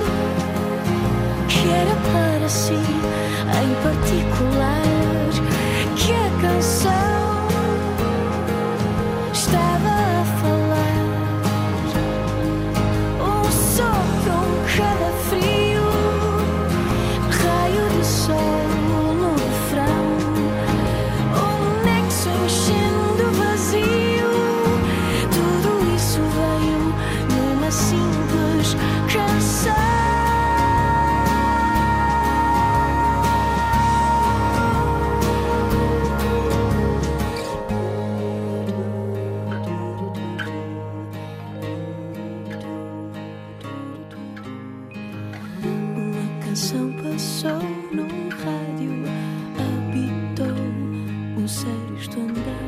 que era para si em particular que a canção estava a falar. Calafrio, raio de sol no refrão, um nexo enchendo vazio. Tudo isso veio numa simples canção. Passou no rádio, habitou um sexto andar.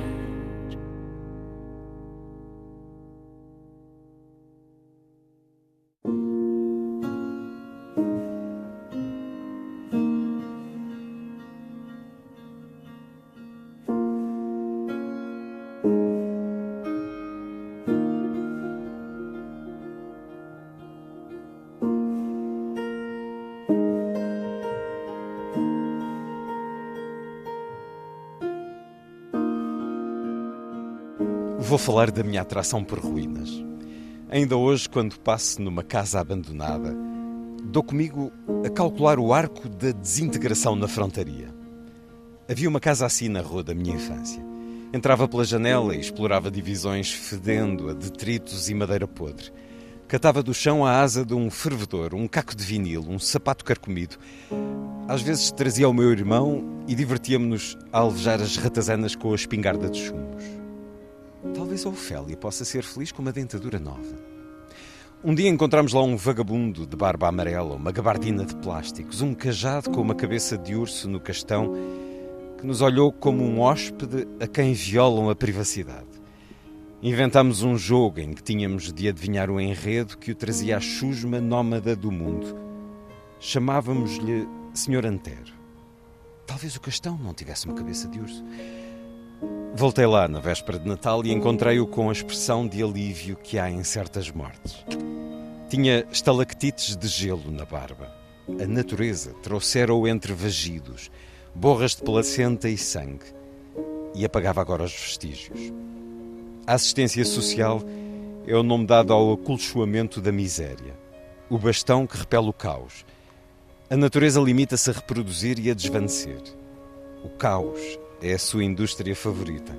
Vou falar da minha atração por ruínas. Ainda hoje, quando passo numa casa abandonada, dou comigo a calcular o arco da desintegração na frontaria. Havia uma casa assim na rua da minha infância. Entrava pela janela e explorava divisões fedendo a detritos e madeira podre. Catava do chão a asa de um fervedor, um caco de vinil, um sapato carcomido. Às vezes trazia o meu irmão e divertíamos-nos a alvejar as ratazanas com a espingarda de chumos. Talvez a Ofélia possa ser feliz com uma dentadura nova. Um dia encontramos lá um vagabundo de barba amarela, uma gabardina de plásticos, um cajado com uma cabeça de urso no castão, que nos olhou como um hóspede a quem violam a privacidade. Inventámos um jogo em que tínhamos de adivinhar o enredo que o trazia à chusma nómada do mundo. Chamávamos-lhe senhor Antero. Talvez o castão não tivesse uma cabeça de urso. Voltei lá na véspera de Natal e encontrei-o com a expressão de alívio que há em certas mortes. Tinha estalactites de gelo na barba. A natureza trouxera-o entre vagidos, borras de placenta e sangue, e apagava agora os vestígios. A assistência social é o nome dado ao acolchoamento da miséria, o bastão que repele o caos. A natureza limita-se a reproduzir e a desvanecer. O caos é a sua indústria favorita.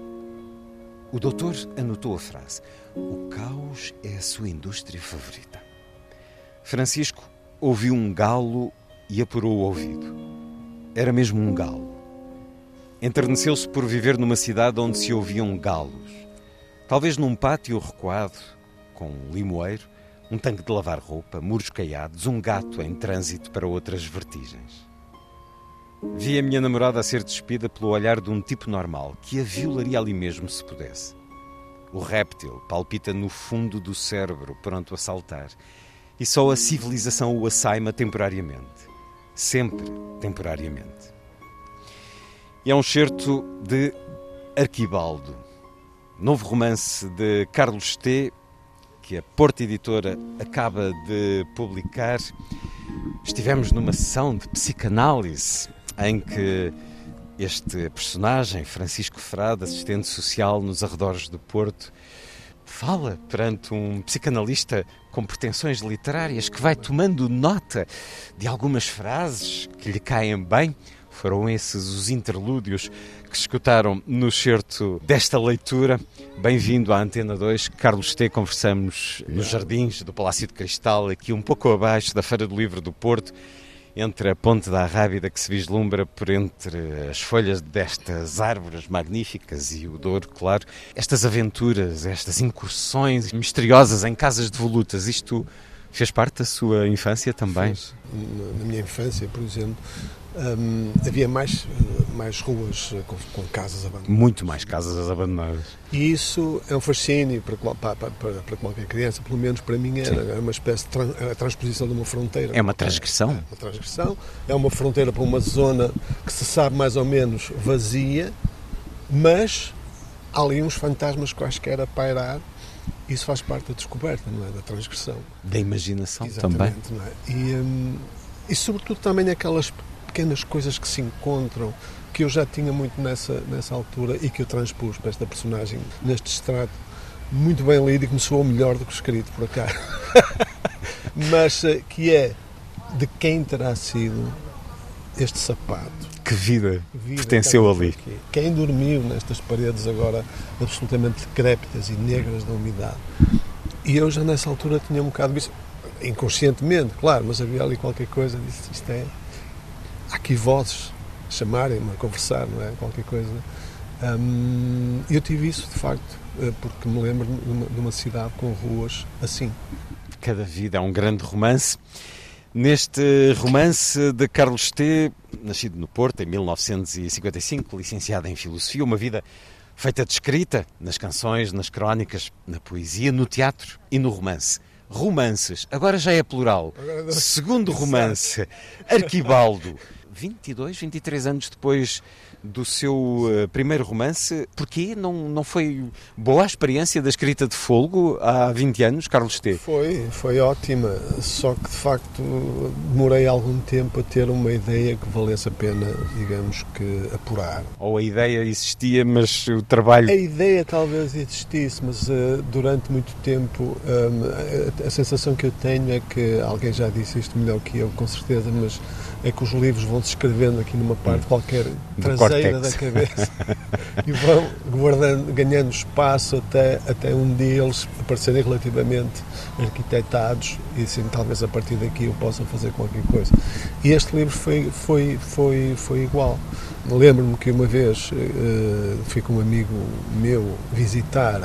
O doutor anotou a frase. O caos é a sua indústria favorita. Francisco ouviu um galo e apurou o ouvido. Era mesmo um galo. Enterneceu-se por viver numa cidade onde se ouviam galos. Talvez num pátio recuado, com um limoeiro, um tanque de lavar roupa, muros caiados, um gato em trânsito para outras vertigens. Vi a minha namorada a ser despida pelo olhar de um tipo normal, que a violaria ali mesmo se pudesse. O réptil palpita no fundo do cérebro, pronto a saltar, e só a civilização o assaima temporariamente. Sempre temporariamente. E é um excerto de Arquibaldo, novo romance de Carlos T., que a Porta Editora acaba de publicar. Estivemos numa sessão de psicanálise em que este personagem, Francisco Frade, assistente social nos arredores do Porto, fala perante um psicanalista com pretensões literárias que vai tomando nota de algumas frases que lhe caem bem. Foram esses os interlúdios que se escutaram no certo desta leitura. Bem-vindo à Antena dois. Carlos T. Conversamos nos jardins do Palácio de Cristal, aqui um pouco abaixo da Feira do Livro do Porto, entre a Ponte da Arrábida que se vislumbra por entre as folhas destas árvores magníficas e o Douro, claro. Estas aventuras, estas incursões misteriosas em casas devolutas, isto fez parte da sua infância também? Fez. Na minha infância, por exemplo, hum, havia mais, mais ruas com, com casas abandonadas. Muito mais casas abandonadas. E isso é um fascínio para, para, para, para qualquer criança, pelo menos para mim era, era uma espécie de tran, a transposição de uma fronteira. É uma transgressão. É uma transgressão, é uma fronteira para uma zona que se sabe mais ou menos vazia, mas há ali uns fantasmas quaisquer a pairar. Isso faz parte da descoberta, não é? Da transgressão. Da imaginação. Exatamente, também. Não é? E, hum, e sobretudo também aquelas pequenas coisas que se encontram, que eu já tinha muito nessa, nessa altura e que eu transpus para esta personagem neste extrato, muito bem lido e que me soou melhor do que escrito por cá. Mas que é de quem terá sido este sapato. Que vida, vida pertenceu ali. Aqui. Quem dormiu nestas paredes agora absolutamente decrépitas e negras da umidade. E eu já nessa altura tinha um bocado visto, inconscientemente, claro, mas havia ali qualquer coisa, disse, isto é, há aqui vozes chamarem-me a conversar, não é? Qualquer coisa. Hum, eu tive isso, de facto, porque me lembro de uma, de uma cidade com ruas assim. Cada vida é um grande romance. Neste romance de Carlos T., nascido no Porto em mil novecentos e cinquenta e cinco, licenciado em Filosofia, uma vida feita de escrita, nas canções, nas crónicas, na poesia, no teatro e no romance. Romances, agora já é plural. Segundo romance, Arquibaldo. vinte e dois, vinte e três anos depois do seu uh, primeiro romance, porquê não, não foi boa a experiência da escrita de Folgo há vinte anos, Carlos T? Foi, foi ótima, só que de facto demorei algum tempo a ter uma ideia que valesse a pena, digamos que, apurar. Ou a ideia existia, mas o trabalho... A ideia talvez existisse, mas uh, durante muito tempo um, a, a sensação que eu tenho é que, alguém já disse isto melhor que eu, com certeza, mas é que os livros vão se escrevendo aqui numa parte qualquer traseira da cabeça e vão guardando, ganhando espaço até, até um dia eles aparecerem relativamente arquitetados e assim talvez a partir daqui eu possa fazer qualquer coisa. E este livro foi, foi, foi, foi igual. Lembro-me que uma vez uh, fui com um amigo meu visitar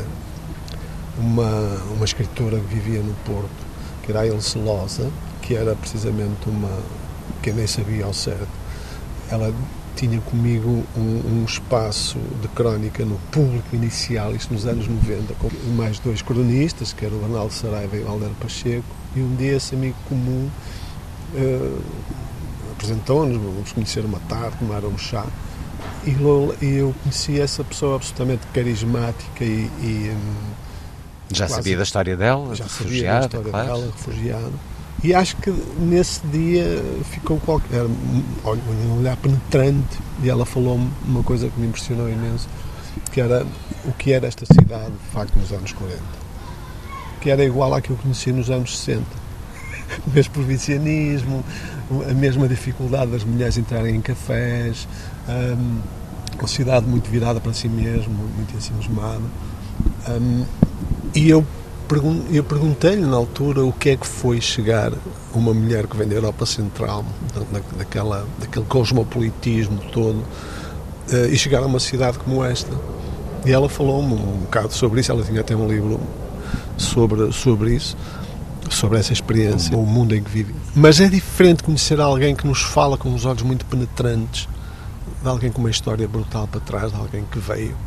uma, uma escritora que vivia no Porto, que era a Ilse Loza, que era precisamente uma... que eu nem sabia ao certo. Ela tinha comigo um, um espaço de crónica no Público Inicial, isto nos anos noventa, com mais dois cronistas, que era o Arnaldo Saraiva e o Alder Pacheco, e um dia esse amigo comum uh, apresentou-nos, vamos conhecer uma tarde, tomaram um chá, e eu, e eu conheci essa pessoa absolutamente carismática e... e um, já quase, sabia da história dela, já refugiada, sabia da história claro. dela, refugiada. E acho que nesse dia ficou qualquer, um olhar penetrante e ela falou-me uma coisa que me impressionou imenso, que era o que era esta cidade, de facto, nos anos quarenta. Que era igual à que eu conheci nos anos sessenta. O mesmo provincianismo, a mesma dificuldade das mulheres entrarem em cafés, um, uma cidade muito virada para si mesmo, muito ensimismada. Um, e eu Eu perguntei-lhe na altura o que é que foi chegar uma mulher que vem da Europa Central, da, daquela, daquele cosmopolitismo todo, uh, e chegar a uma cidade como esta. E ela falou-me um bocado sobre isso, ela tinha até um livro sobre, sobre isso, sobre essa experiência, o mundo em que vive. Mas é diferente conhecer alguém que nos fala com uns olhos muito penetrantes, de alguém com uma história brutal para trás, de alguém que veio.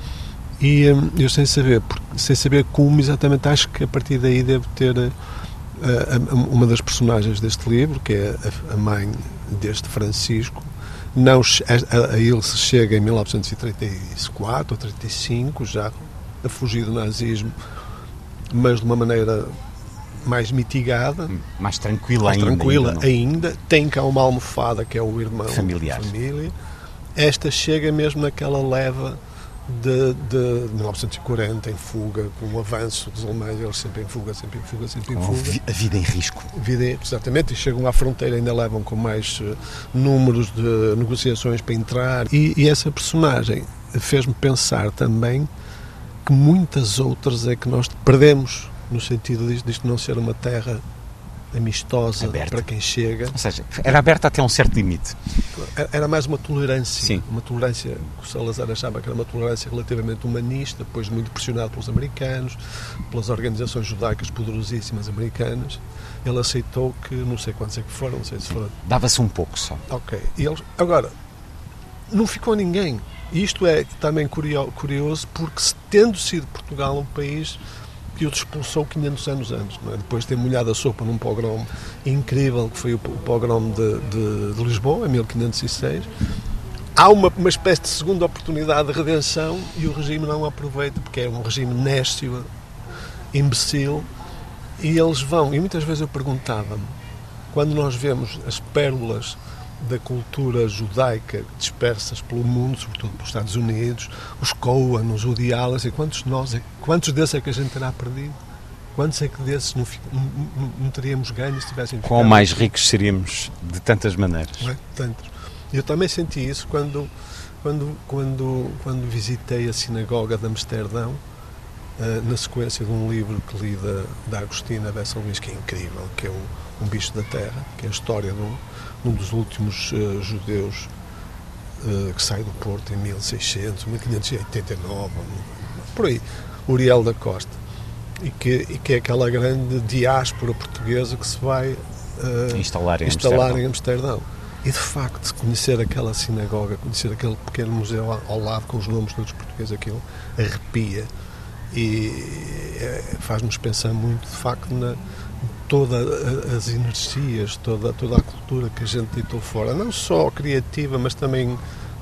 E eu sem saber, sem saber como exatamente, acho que a partir daí devo ter uh, uma das personagens deste livro, que é a mãe deste Francisco. Não, a, a ele se chega em mil novecentos e trinta e quatro ou trinta e cinco, já a fugir do nazismo, mas de uma maneira mais mitigada, mais tranquila, mais ainda, tranquila ainda, ainda. Tem cá uma almofada que é o irmão familiar. Da família. Esta chega mesmo naquela leva de, de mil novecentos e quarenta, em fuga, com o avanço dos alemães, eles sempre em fuga, sempre em fuga, sempre em com fuga. A vida em risco. Vida, exatamente, e chegam à fronteira, ainda levam com mais uh, números de negociações para entrar. E, e essa personagem fez-me pensar também que muitas outras é que nós perdemos, no sentido disto, disto não ser uma terra amistosa, aberta para quem chega. Ou seja, era aberta até um certo limite. Era mais uma tolerância. Sim. Uma tolerância que o Salazar achava que era uma tolerância relativamente humanista, depois muito pressionado pelos americanos, pelas organizações judaicas poderosíssimas americanas. Ele aceitou que, não sei quantos é que foram, não sei se foram... Dava-se um pouco só. Ok. E eles, agora, não ficou ninguém. E isto é também curioso, porque tendo sido Portugal um país que o expulsou quinhentos anos antes, não é? Depois de ter molhado a sopa num pogrom incrível, que foi o pogrom de, de, de Lisboa, em mil quinhentos e seis, há uma, uma espécie de segunda oportunidade de redenção e o regime não aproveita, porque é um regime néscio, imbecil, e eles vão, e muitas vezes eu perguntava-me, quando nós vemos as pérolas da cultura judaica dispersas pelo mundo, sobretudo pelos Estados Unidos, os Coen, os Woody Allen, e quantos, nós, quantos desses é que a gente terá perdido? Quantos é que desses não, não, não teríamos ganho se tivessem ficado? Quão mais ricos seríamos de tantas maneiras. Não é? Tantos. Eu também senti isso quando, quando, quando, quando visitei a sinagoga de Amsterdão, uh, na sequência de um livro que li da, da Agostina Bessa Luís, que é incrível, que é um, um bicho da terra, que é a história de um um dos últimos uh, judeus uh, que sai do Porto em mil e seiscentos, mil quinhentos e oitenta e nove, por aí, Uriel da Costa, e que, e que é aquela grande diáspora portuguesa que se vai uh, instalar, em, instalar Amsterdão. em Amsterdão. E de facto, conhecer aquela sinagoga, conhecer aquele pequeno museu ao lado com os nomes todos portugueses, aquilo arrepia e é, faz-nos pensar muito, de facto, na todas as energias, toda, toda a cultura que a gente deitou fora, não só criativa, mas também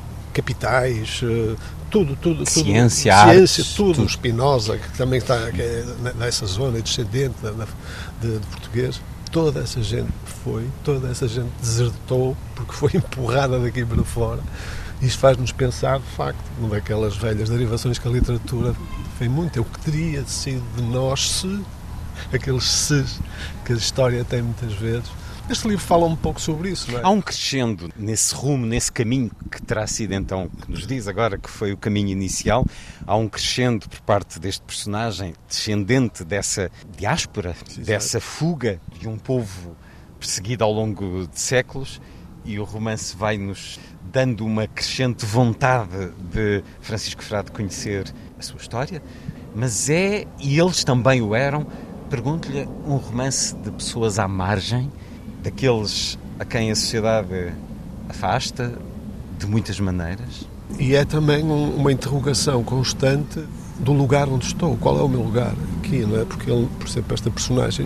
capitais, tudo, tudo, tudo ciência, ciência artes, tudo, tudo. Spinoza, que também está que é nessa zona, descendente de, de, de português, toda essa gente foi, toda essa gente desertou porque foi empurrada daqui para fora. Isto faz-nos pensar, de facto, numa daquelas velhas derivações que a literatura tem muito, é o que teria sido de nós se aqueles ses que a história tem muitas vezes. Este livro fala um pouco sobre isso, não é? Há um crescendo nesse rumo, nesse caminho que terá sido então, que nos diz agora que foi o caminho inicial, há um crescendo por parte deste personagem descendente dessa diáspora, sim, dessa fuga de um povo perseguido ao longo de séculos, e o romance vai-nos dando uma crescente vontade de Francisco Frade conhecer a sua história, mas é, e eles também o eram, pergunto-lhe, um romance de pessoas à margem, daqueles a quem a sociedade afasta, de muitas maneiras. E é também um, uma interrogação constante do lugar onde estou, qual é o meu lugar aqui, não é? Porque ele, por exemplo, esta personagem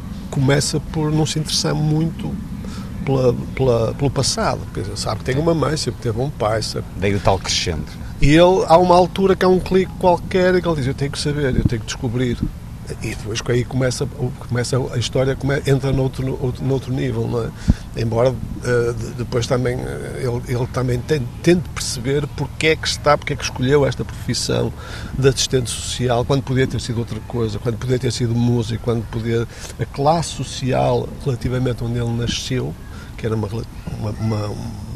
começa por não se interessar muito pela, pela, pelo passado, porque sabe que tem uma mãe, sempre teve um pai, sabe? Daí o tal crescendo. E ele, há uma altura que há um clique qualquer e que ele diz, eu tenho que saber, eu tenho que descobrir. E depois aí começa, começa a história, entra noutro, outro, noutro nível, não é? Embora uh, depois também uh, ele, ele também tente, tente perceber porque é que está, porque é que escolheu esta profissão de assistente social, quando podia ter sido outra coisa, quando podia ter sido músico, quando podia... A classe social relativamente onde ele nasceu, que era uma, uma, uma,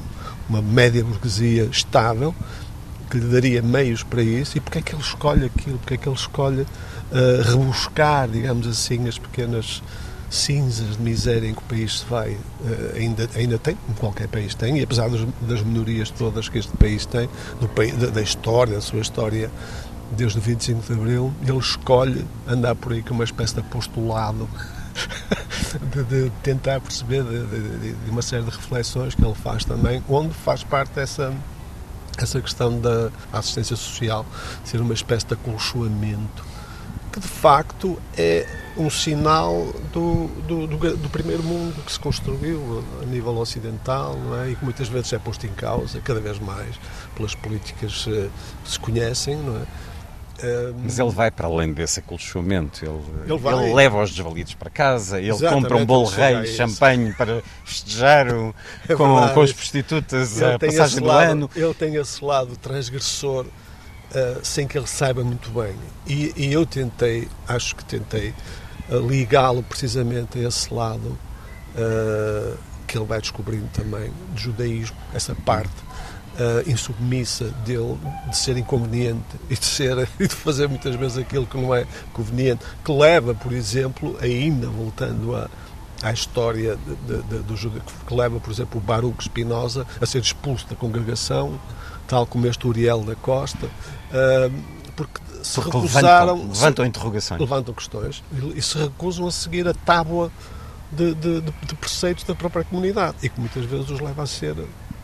uma média burguesia estável, que lhe daria meios para isso, e porque é que ele escolhe aquilo, porque é que ele escolhe uh, rebuscar, digamos assim, as pequenas cinzas de miséria em que o país se vai, uh, ainda, ainda tem, como qualquer país tem, e apesar das, das minorias todas que este país tem, do país, da, da história, da sua história, desde o vinte e cinco de Abril, ele escolhe andar por aí com uma espécie de apostolado de, de tentar perceber de, de, de uma série de reflexões que ele faz também, onde faz parte dessa essa questão da assistência social ser uma espécie de acolchoamento, que de facto é um sinal do, do, do, do primeiro mundo que se construiu a nível ocidental, não é? E que muitas vezes é posto em causa, cada vez mais, pelas políticas que se conhecem, não é? Mas ele vai para além desse acolchoamento, ele, ele, vai, ele leva os desvalidos para casa, ele compra um bolo rei, champanhe para festejar o, é com, com as prostitutas ele a passagem do lado, ano. Ele tem esse lado transgressor, uh, sem que ele saiba muito bem. E, e eu tentei, acho que tentei uh, ligá-lo precisamente a esse lado uh, que ele vai descobrindo também, do judaísmo, essa parte Uh, insubmissa dele, de ser inconveniente e de, ser, e de fazer muitas vezes aquilo que não é conveniente, que leva, por exemplo, ainda voltando a, à história de, de, de, do judeu, que leva, por exemplo, o Baruch Spinoza a ser expulso da congregação, tal como este Uriel da Costa, uh, porque se porque recusaram... Levantam, levantam interrogações. Levantam questões e, e se recusam a seguir a tábua de, de, de, de preceitos da própria comunidade e que muitas vezes os leva a ser...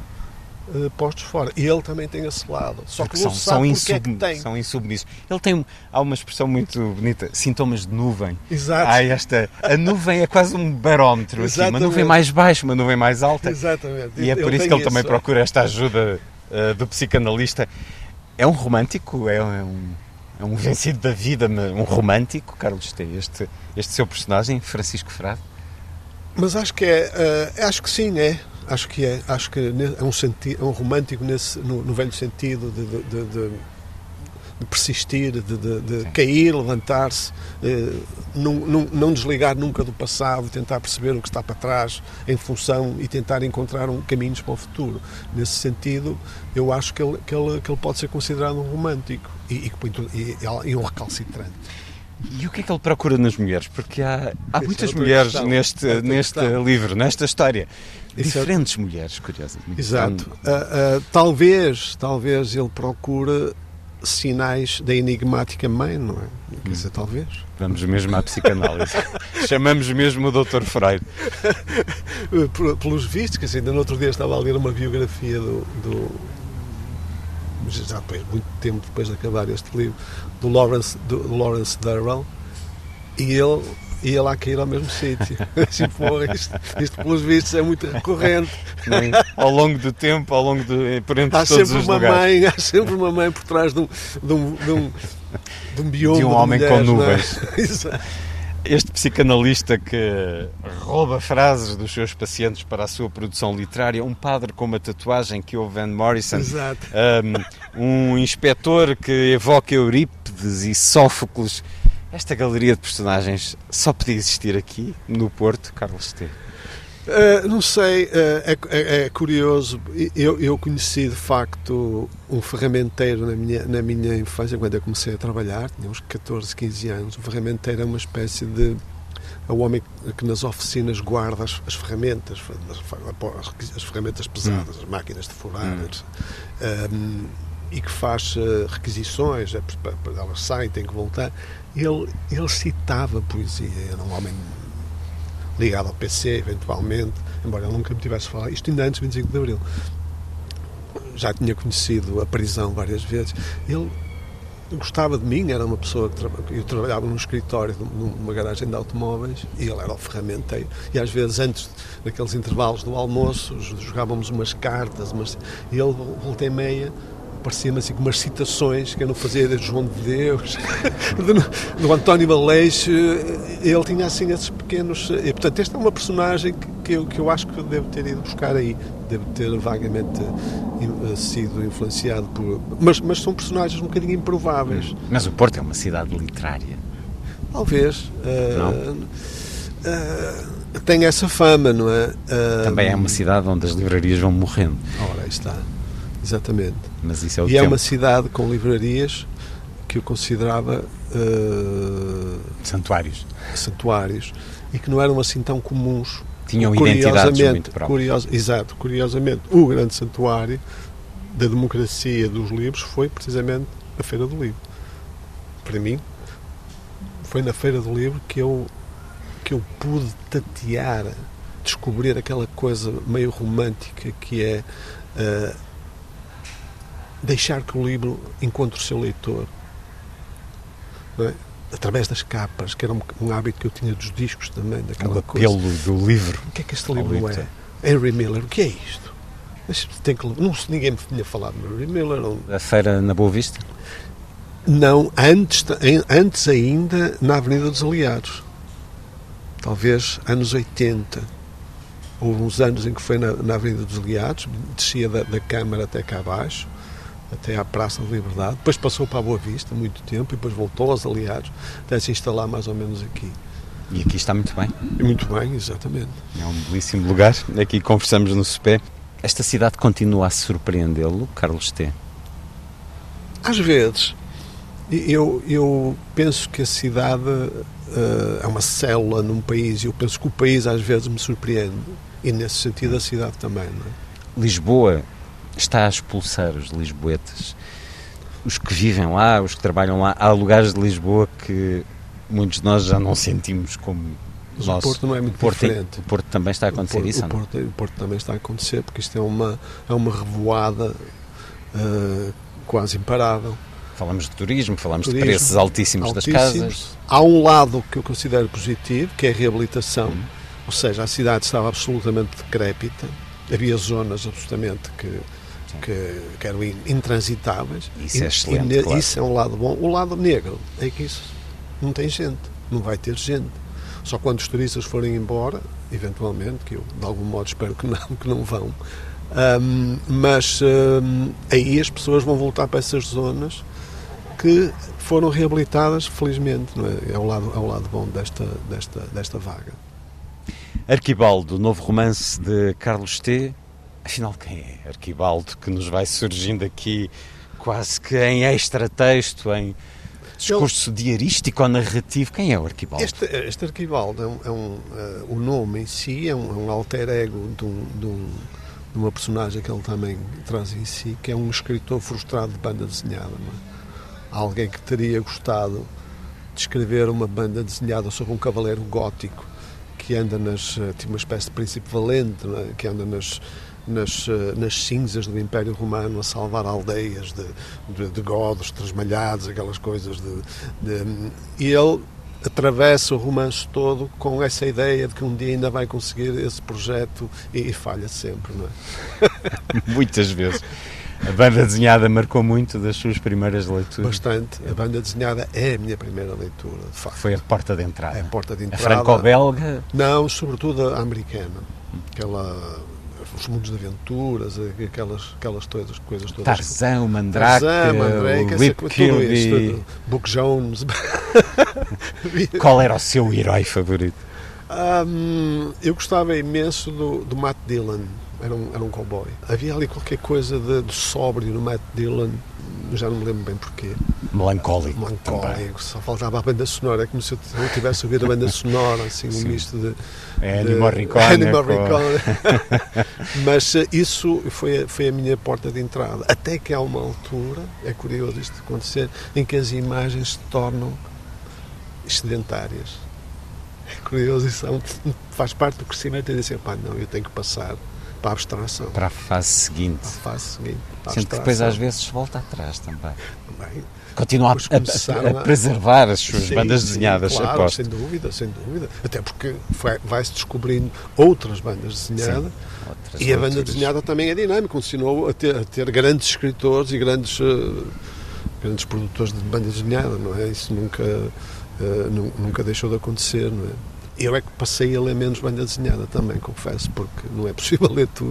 Uh, postos fora. E ele também tem esse lado. Só que são, não são, sabe insub, é que tem. são insubmissos. Ele tem, há uma expressão muito bonita, sintomas de nuvem. Exato. Há esta, a nuvem é quase um barómetro, assim, uma nuvem mais baixa, uma nuvem mais alta. Exatamente. E é por isso que ele isso. também procura esta ajuda uh, do psicanalista. É um romântico? É um, é um vencido da vida, um romântico, Carlos T. Este, este seu personagem, Francisco Frade? Mas acho que é, uh, acho que sim, é. Acho que é, acho que é um, senti, é um romântico nesse, no, no velho sentido de, de, de, de persistir, de, de, de cair, levantar-se, eh, não, não, não desligar nunca do passado, tentar perceber o que está para trás em função e tentar encontrar um, caminhos para o futuro. Nesse sentido, eu acho que ele, que ele, que ele pode ser considerado um romântico e, e, e, e um recalcitrante. E o que é que ele procura nas mulheres? Porque há, há muitas é mulheres questão. neste, é neste livro, nesta história. Isso Diferentes é... mulheres, curiosamente. Exato. Uh, uh, talvez, talvez ele procure sinais da enigmática mãe, não é? Quer dizer, talvez. Vamos mesmo à psicanálise. Chamamos mesmo o doutor Freire. Pelos vistos, que assim, ainda no outro dia estava a ler uma biografia do... do já depois, muito tempo depois de acabar este livro, do Lawrence, do Lawrence Durrell, e ele ia lá cair ao mesmo sítio. isto, isto, pelos vistos, é muito recorrente. Nem, ao longo do tempo, ao longo de, por entre há todos sempre os uma lugares. Mãe, há sempre uma mãe por trás de um, de um, de um, de um bioma de um homem mulheres, com nuvens. É? Exato. Este psicanalista que rouba frases dos seus pacientes para a sua produção literária, um padre com uma tatuagem que ouve Van Morrison, Exato. Um, um inspetor que evoca Eurípides e Sófocles. Esta galeria de personagens só podia existir aqui, no Porto, Carlos T. Uh, não sei, uh, é, é, é curioso. Eu, eu conheci de facto um ferramenteiro na minha, na minha infância, quando eu comecei a trabalhar, tinha uns catorze, quinze anos. O ferramenteiro é uma espécie de. É o homem que nas oficinas guarda as, as ferramentas, as, as ferramentas pesadas, hum. as máquinas de furar, hum. um, e que faz uh, requisições, é, para, para elas saem, têm que voltar. Ele, ele citava poesia, era um homem ligado ao P C, eventualmente, embora ele nunca me tivesse falado, isto ainda antes do vinte e cinco de Abril. Já tinha conhecido a prisão várias vezes. Ele gostava de mim, era uma pessoa que tra... eu trabalhava num escritório, numa garagem de automóveis, e ele era o ferramenteiro. E às vezes, antes, naqueles intervalos do almoço, jogávamos umas cartas, umas... e ele, volta e meia, parecia-me assim com umas citações que eu não fazia de João de Deus, do, do António Baleixo. Ele tinha assim esses pequenos. E, portanto, esta é uma personagem que, que, eu, que eu acho que devo ter ido buscar aí, devo ter vagamente sido influenciado por. Mas, mas são personagens um bocadinho improváveis. Mas o Porto é uma cidade literária. Talvez. Não? Uh, uh, tem essa fama, não é? Uh, Também é uma cidade onde as livrarias vão morrendo. Ora, aí está. Exatamente. Mas isso é o e tempo. é uma cidade com livrarias que eu considerava uh, santuários. santuários e que não eram assim tão comuns. Tinham identidades muito próprias. Curioso, exato, curiosamente, o grande santuário da democracia dos livros foi precisamente a Feira do Livro. Para mim, foi na Feira do Livro que eu, que eu pude tatear, descobrir aquela coisa meio romântica que é uh, deixar que o livro encontre o seu leitor, não é? Através das capas, que era um, um hábito que eu tinha dos discos também, daquela o coisa. apelo do livro. O que é que este livro é? Henry Miller, o que é isto? Tem que, não, ninguém me tinha falado de Henry Miller. Ou... A feira na Boa Vista? Não, antes, antes ainda na Avenida dos Aliados. Talvez anos oitenta. Houve uns anos em que foi na, na Avenida dos Aliados, descia da, da Câmara até cá abaixo, até à Praça da Liberdade, depois passou para a Boa Vista muito tempo e depois voltou aos Aliados, até se instalar mais ou menos aqui. E aqui está muito bem? Muito bem, exatamente. É um belíssimo lugar, aqui conversamos no Sopé. Esta cidade continua a surpreendê-lo, Carlos T? Às vezes. Eu, eu penso que a cidade uh, é uma célula num país e eu penso que o país às vezes me surpreende e nesse sentido a cidade também, não é? Lisboa está a expulsar os lisboetas, os que vivem lá, os que trabalham lá. Há lugares de Lisboa que muitos de nós já não sentimos como Mas nosso. o Porto não é muito Porto, diferente. O Porto também está a acontecer o Porto, isso, o não? Porto, o Porto também está a acontecer porque isto é uma, é uma revoada uh, quase imparável. Falamos de turismo, falamos turismo, de preços altíssimos, altíssimos das casas. Há um lado que eu considero positivo, que é a reabilitação. Hum. Ou seja, a cidade estava absolutamente decrépita. Havia zonas absolutamente que, que, que eram intransitáveis. Isso e, é excelente, e, claro. Isso é um lado bom. O lado negro é que isso não tem gente. Não vai ter gente. Só quando os turistas forem embora, eventualmente, que eu de algum modo espero que não, que não vão. Um, mas um, aí as pessoas vão voltar para essas zonas que foram reabilitadas, felizmente, não é? É o lado, é o lado bom desta, desta, desta vaga. Arquibaldo, novo romance de Carlos T. Afinal, quem é Arquibaldo, que nos vai surgindo aqui quase que em extra texto, em discurso Ele... diarístico ou narrativo? Quem é o Arquibaldo? Este, este Arquibaldo é um, é um uh, o nome em si é um, é um alter ego de, um, de, um, de uma personagem que ele também traz em si, que é um escritor frustrado de banda desenhada, não é? Alguém que teria gostado de escrever uma banda desenhada sobre um cavaleiro gótico que anda nas, tipo uma espécie de príncipe valente, não é? Que anda nas, nas, nas cinzas do Império Romano a salvar aldeias de, de, de godos trasmalhados, aquelas coisas de, de... E ele atravessa o romance todo com essa ideia de que um dia ainda vai conseguir esse projeto e, e falha sempre, não é? Muitas vezes. A banda desenhada marcou muito das suas primeiras leituras? Bastante. A banda desenhada é a minha primeira leitura, de facto. Foi a porta de entrada? É a porta de entrada. A franco-belga? Não, sobretudo a americana. Aquela... Os mundos de aventuras, aquelas, aquelas todas, coisas todas. Tarzan, o Mandrake, Tarzan, Mandrake, o Rip Kirby... Book Jones. Qual era o seu herói favorito? Um, eu gostava imenso do, do Matt Dillon. Era um, era um cowboy. Havia ali qualquer coisa de, de sóbrio no Matt Dillon, já não me lembro bem porquê. Melancólico. Melancólico, só faltava a banda sonora. É como se eu tivesse ouvido a banda sonora, assim, um Sim. misto de. É Ennio Morricone. Ennio Morricone. Mas isso foi, foi a minha porta de entrada. Até que há uma altura, é curioso isto acontecer, em que as imagens se tornam excedentárias. É curioso, isso é um, faz parte do crescimento e dizer, pá, não, eu tenho que passar para a abstração. Para a fase seguinte. Para a fase seguinte. Sendo que depois às vezes volta atrás também. Também. Continua a, a, a preservar as suas sim, bandas desenhadas, sim, claro, aposto. sem dúvida, sem dúvida. Até porque vai-se descobrindo outras bandas desenhadas sim, outras e a banda desenhada também é dinâmica, continuou a ter, a ter grandes escritores e grandes, uh, grandes produtores de banda desenhada, não é? Isso nunca, uh, nunca deixou de acontecer, não é? Eu é que passei a ler menos banda desenhada também, confesso, porque não é possível ler tudo.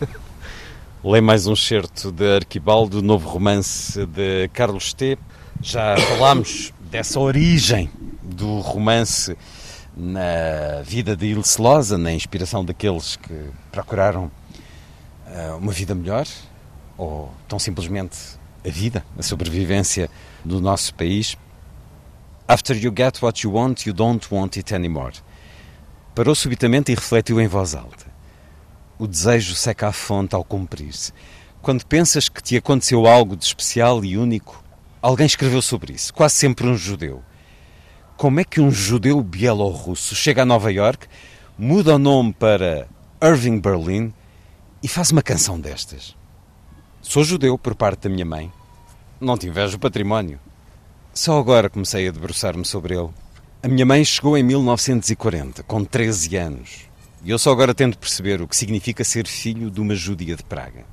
Lê mais um certo de Arquibaldo, novo romance de Carlos T. Já falámos dessa origem do romance na vida de Ilse Loza, na inspiração daqueles que procuraram uh, uma vida melhor, ou tão simplesmente a vida, a sobrevivência do nosso país. After you get what you want, you don't want it anymore. Parou subitamente e refletiu em voz alta. O desejo seca a fonte ao cumprir-se. Quando pensas que te aconteceu algo de especial e único, alguém escreveu sobre isso, quase sempre um judeu. como é que um judeu bielorrusso chega a Nova Iorque, muda o nome para Irving Berlin e faz uma canção destas. Sou judeu por parte da minha mãe. Não te invejo o património. Só agora comecei a debruçar-me sobre ele. A minha mãe chegou em mil novecentos e quarenta, com treze anos. E eu só agora tento perceber o que significa ser filho de uma judia de Praga.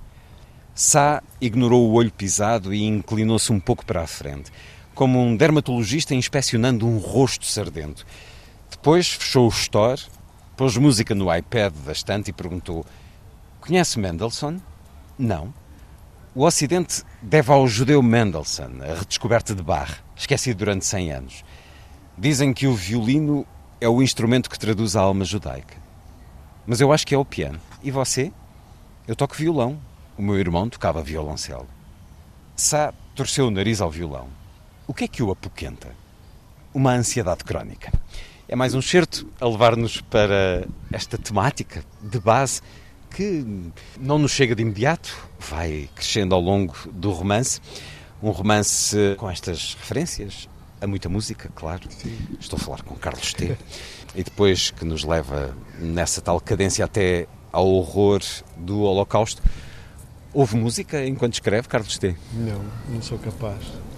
Sá ignorou o olho pisado e inclinou-se um pouco para a frente, como um dermatologista inspecionando um rosto sardento. Depois fechou o store, pôs música no iPad da estante e perguntou: conhece Mendelssohn? Não. O Ocidente deve ao judeu Mendelssohn a redescoberta de Bach, esquecido durante cem anos. Dizem que o violino é o instrumento que traduz a alma judaica. Mas eu acho que é o piano. E você? Eu toco violão. O meu irmão tocava violoncelo. Sá torceu o nariz ao violão. O que é que o apoquenta? Uma ansiedade crónica. É mais um certo a levar-nos para esta temática de base que não nos chega de imediato, vai crescendo ao longo do romance. Um romance com estas referências a muita música, claro. Sim. Estou a falar com Carlos T. E depois que nos leva nessa tal cadência até ao horror do Holocausto. Houve música enquanto escreve, Carlos T? Não, não sou capaz.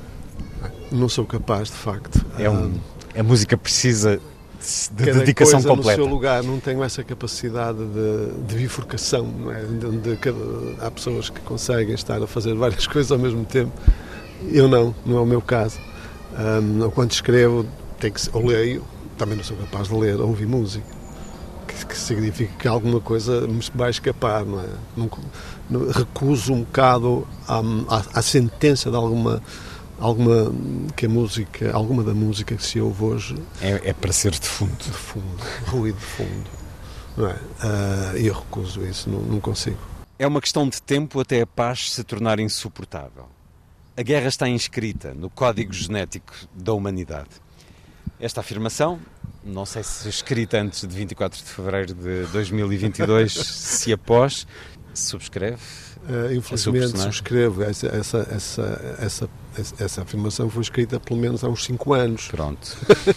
Não sou capaz, de facto. É um, a música precisa de Cada dedicação coisa completa. No seu lugar, não tenho essa capacidade de, de bifurcação, não é? de, de, de, há pessoas que conseguem estar a fazer várias coisas ao mesmo tempo. Eu não, não é o meu caso. Um, quando escrevo, tenho que, ou leio, também não sou capaz de ler ou ouvir música, que, que significa que alguma coisa me vai escapar, não é? Não, não, recuso um bocado à, à sentença de alguma alguma que a música, alguma da música que se ouve hoje é, é para ser de fundo, de fundo, ruído de fundo, não é? Uh, eu recuso isso, não, não consigo. É uma questão de tempo até a paz se tornar insuportável. A guerra está inscrita no código genético da humanidade. Esta afirmação, não sei se escrita antes de vinte e quatro de fevereiro de dois mil e vinte e dois, se após, subscreve. Uh, infelizmente subscrevo. Essa, essa, essa, essa, essa afirmação foi escrita pelo menos há uns cinco anos. Pronto.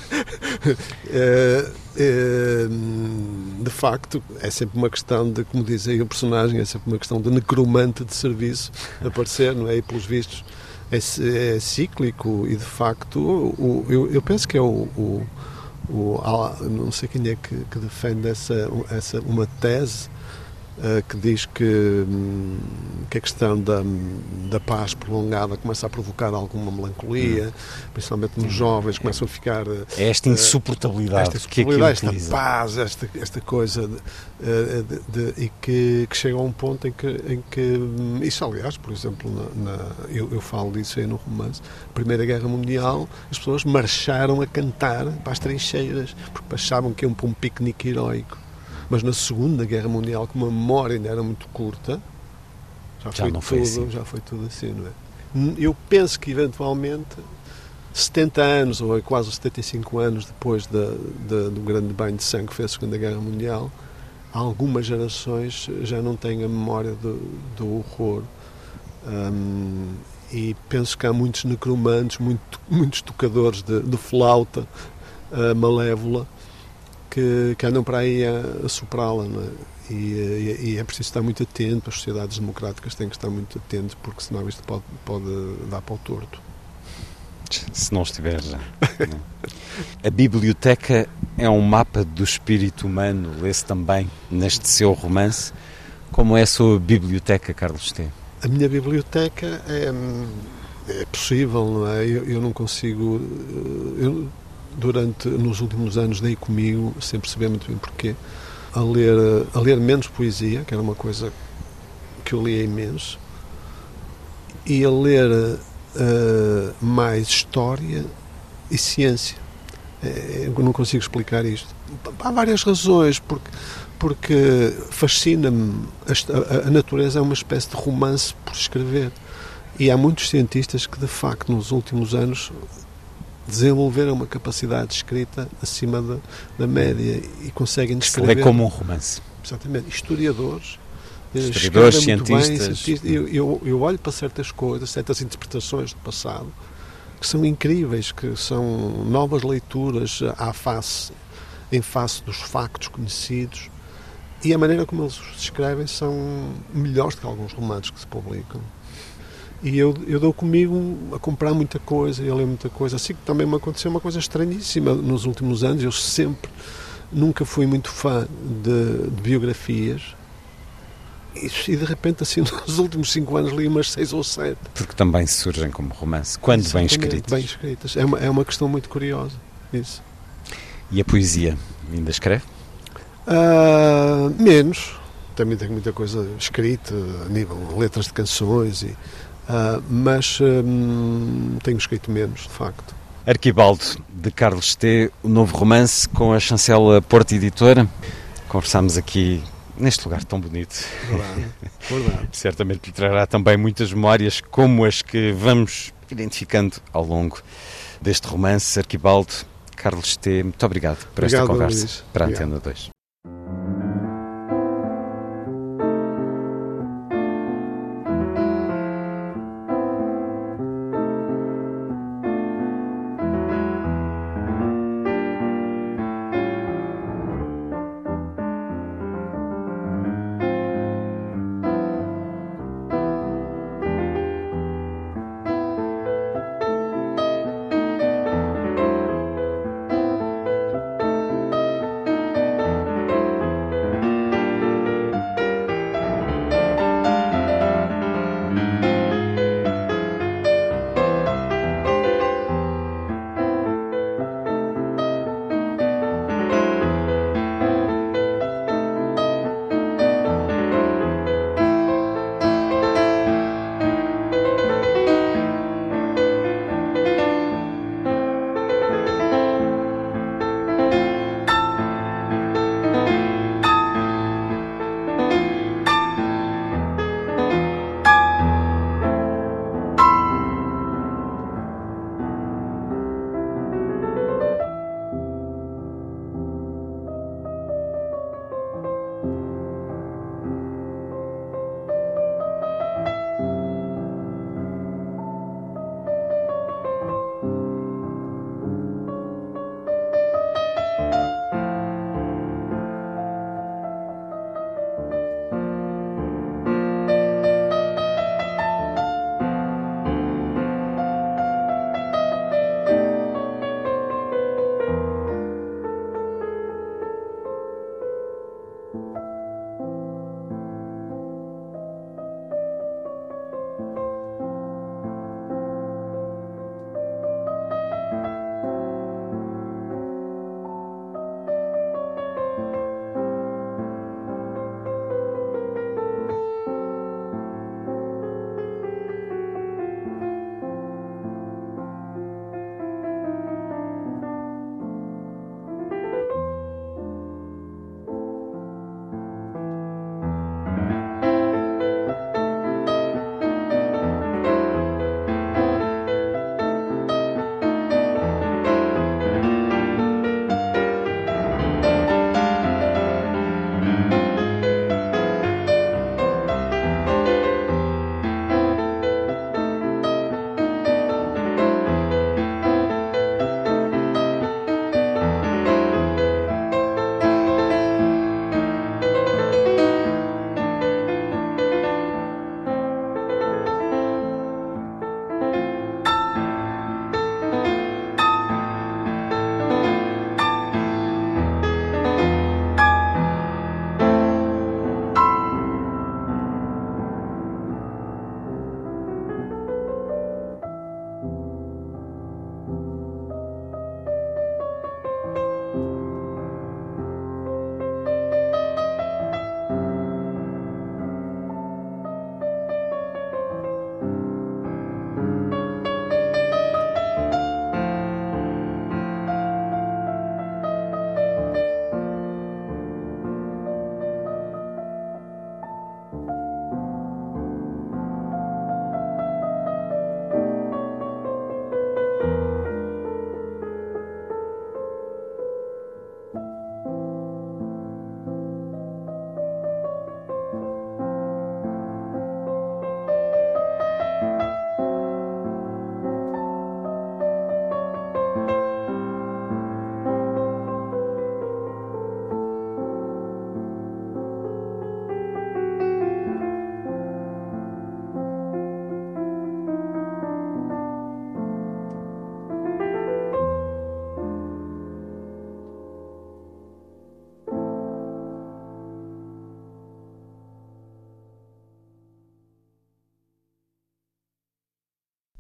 uh, uh, de facto, é sempre uma questão de, como diz aí o personagem, é sempre uma questão de necromante de serviço aparecer, não é? E pelos vistos é, é cíclico e de facto o, eu, eu penso que é o, o, o não sei quem é que, que defende essa, essa uma tese Uh, que diz que, hum, que a questão da, da paz prolongada começa a provocar alguma melancolia, hum. principalmente nos jovens, começam a ficar... Uh, é esta insuportabilidade, esta, insuportabilidade, que esta paz, esta, esta coisa, de, uh, de, de, e que, que chega a um ponto em que... Em que isso, aliás, por exemplo, na, na, eu, eu falo disso aí no romance, Primeira Guerra Mundial, as pessoas marcharam a cantar para as trincheiras, porque achavam que iam para um piquenique heroico. Mas na Segunda Guerra Mundial, como a memória ainda era muito curta, já, já, foi, não foi, tudo, assim. já foi tudo assim, não é? Eu penso que, eventualmente, setenta anos, ou quase setenta e cinco anos depois da, da, do grande banho de sangue que foi a Segunda Guerra Mundial, algumas gerações já não têm a memória do, do horror. Um, e penso que há muitos necromantes, muito, muitos tocadores de, de flauta uh, malévola, Que, que andam para aí a, a soprá-la, não é? E, e, e é preciso estar muito atento, as sociedades democráticas têm que estar muito atentos, porque senão isto pode, pode dar para o torto. Se não estiver já. Não. A biblioteca é um mapa do espírito humano, lê-se também neste seu romance. Como é a sua biblioteca, Carlos T? A minha biblioteca é, é possível, não é? Eu, eu não consigo... Eu, durante, nos últimos anos, dei comigo, sem perceber muito bem porquê, a ler, a ler menos poesia, que era uma coisa que eu lia imenso, e a ler uh, mais história e ciência. É, eu não consigo explicar isto. Há várias razões, porque, porque fascina-me, a, a natureza é uma espécie de romance por escrever, e há muitos cientistas que, de facto, nos últimos anos desenvolveram uma capacidade de escrita acima da, da média e conseguem descrever... Se lê como um romance. Exatamente. Historiadores, Historiadores, cientistas... Bem, cientistas. Eu, eu, eu olho para certas coisas, certas interpretações do passado, que são incríveis, que são novas leituras à face, em face dos factos conhecidos, e a maneira como eles os escrevem são melhores do que alguns romances que se publicam. E eu, eu dou comigo a comprar muita coisa e a ler muita coisa. Assim que também me aconteceu uma coisa estranhíssima nos últimos anos. Eu sempre, nunca fui muito fã de, de biografias. E, e de repente, assim, nos últimos cinco anos li umas seis ou sete. Porque também surgem como romance, quando Exatamente, bem escritos. Bem escritas. É uma, é uma questão muito curiosa, isso. E a poesia? Ainda escreve? Uh, menos. Também tenho muita coisa escrita, a nível de letras de canções, e, uh, mas um, tenho escrito menos, de facto. Arquibaldo, de Carlos T., o novo romance com a chancela Porto Editora. Conversámos aqui neste lugar tão bonito. Verdade, verdade. Certamente lhe trará também muitas memórias como as que vamos identificando ao longo deste romance. Arquibaldo, Carlos T., muito obrigado por obrigado, esta conversa Luís. para a Obrigado. Antena dois.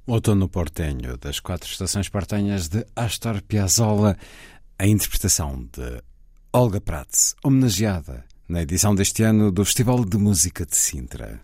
Outono Portenho, das quatro estações portenhas de Astor Piazzolla, a interpretação de Olga Prats, homenageada na edição deste ano do Festival de Música de Sintra.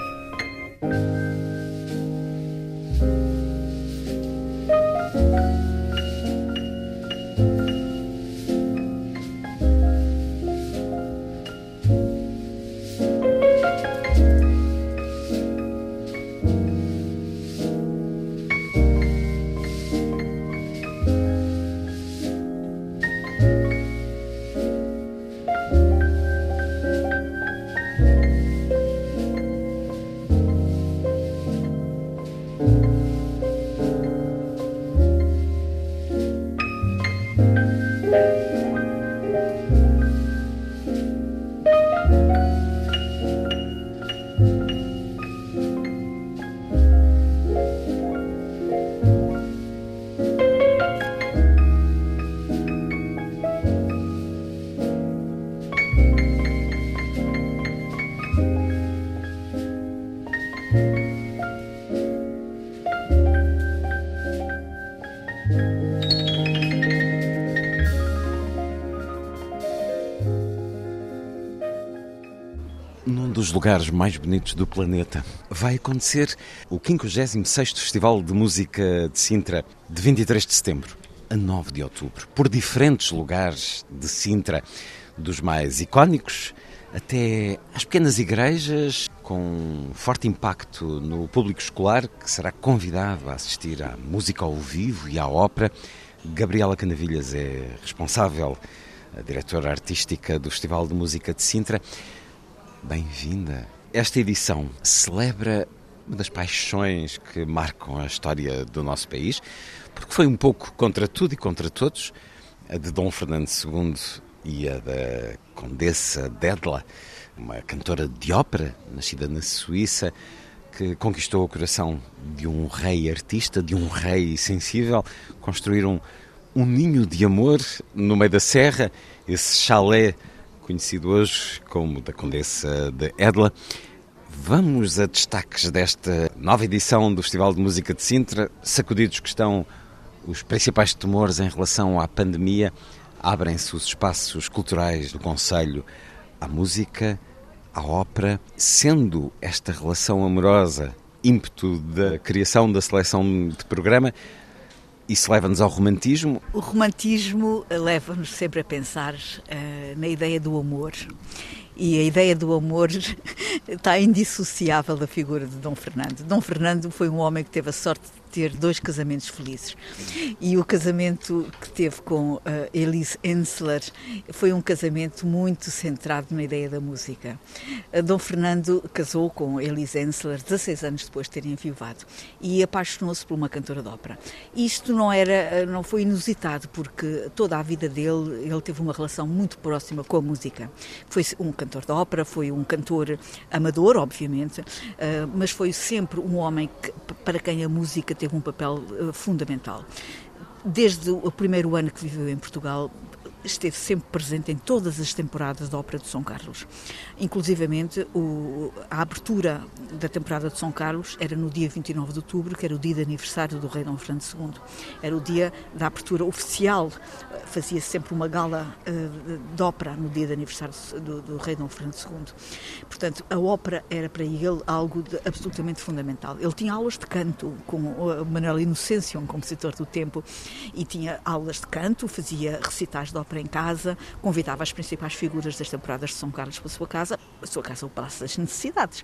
Num dos lugares mais bonitos do planeta vai acontecer o quinquagésimo sexto Festival de Música de Sintra, de vinte e três de setembro a nove de outubro, por diferentes lugares de Sintra, dos mais icónicos até às pequenas igrejas, com forte impacto no público escolar, que será convidado a assistir à música ao vivo e à ópera. Gabriela Canavilhas é responsável, a diretora artística do Festival de Música de Sintra. Bem-vinda. Esta edição celebra uma das paixões que marcam a história do nosso país, porque foi um pouco contra tudo e contra todos, a de Dom Fernando segundo e a da Condessa d'Edla, uma cantora de ópera, nascida na Suíça, que conquistou o coração de um rei artista, de um rei sensível. Construíram um ninho de amor no meio da serra, esse chalé conhecido hoje como da Condessa d'Edla. Vamos a destaques desta nova edição do Festival de Música de Sintra. Sacudidos que estão os principais temores em relação à pandemia, abrem-se os espaços culturais do concelho à música, à ópera, sendo esta relação amorosa ímpeto da criação da seleção de programa. Isso leva-nos ao romantismo? O romantismo leva-nos sempre a pensar uh, na ideia do amor. E a ideia do amor está indissociável da figura de Dom Fernando. Dom Fernando foi um homem que teve a sorte de ter dois casamentos felizes. E o casamento que teve com uh, Elise Ensler foi um casamento muito centrado na ideia da música. Uh, Dom Fernando casou com Elise Ensler dezasseis anos depois de terem enviuvado e apaixonou-se por uma cantora de ópera. Isto não, era, não foi inusitado, porque toda a vida dele ele teve uma relação muito próxima com a música. Foi um cantor de ópera, foi um cantor amador, obviamente, uh, mas foi sempre um homem que, para quem a música teve um papel uh, fundamental. Desde o primeiro ano que viveu em Portugal, esteve sempre presente em todas as temporadas da Ópera de São Carlos. Inclusivamente, o, a abertura da temporada de São Carlos era no dia vinte e nove de outubro, que era o dia de aniversário do rei Dom Fernando segundo. Era o dia da abertura oficial. Fazia-se sempre uma gala uh, de ópera no dia de aniversário do, do rei Dom Fernando segundo. Portanto, a ópera era para ele algo de, absolutamente fundamental. Ele tinha aulas de canto com o Manuel Inocêncio, um compositor do tempo, e tinha aulas de canto, fazia recitais de ópera em casa, convidava as principais figuras das temporadas de São Carlos para a sua casa, a sua casa, o Palácio das Necessidades.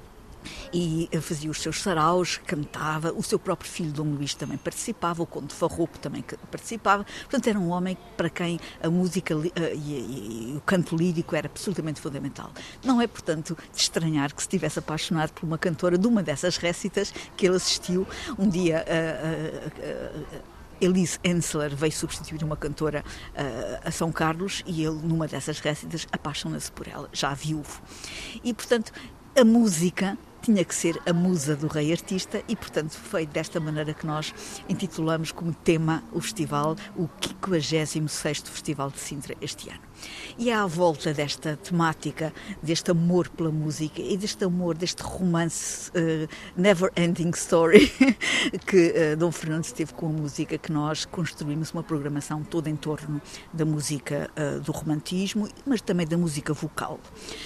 E fazia os seus saraus, cantava, o seu próprio filho Dom Luís também participava, o Conde de Farropo também participava. Portanto, era um homem para quem a música uh, e, e, e o canto lírico era absolutamente fundamental. Não é, portanto, de estranhar que se tivesse apaixonado por uma cantora de uma dessas récitas que ele assistiu um dia uh, uh, uh, Elise Ensler veio substituir uma cantora uh, a São Carlos e ele, numa dessas récitas, apaixona-se por ela, já viúvo. E, portanto, a música tinha que ser a musa do rei artista e, portanto, foi desta maneira que nós intitulamos como tema o festival, o quinquagésimo sexto Festival de Sintra este ano. E é à volta desta temática, deste amor pela música e deste amor, deste romance uh, never-ending story que uh, Dom Fernando teve com a música, que nós construímos uma programação toda em torno da música uh, do romantismo, mas também da música vocal.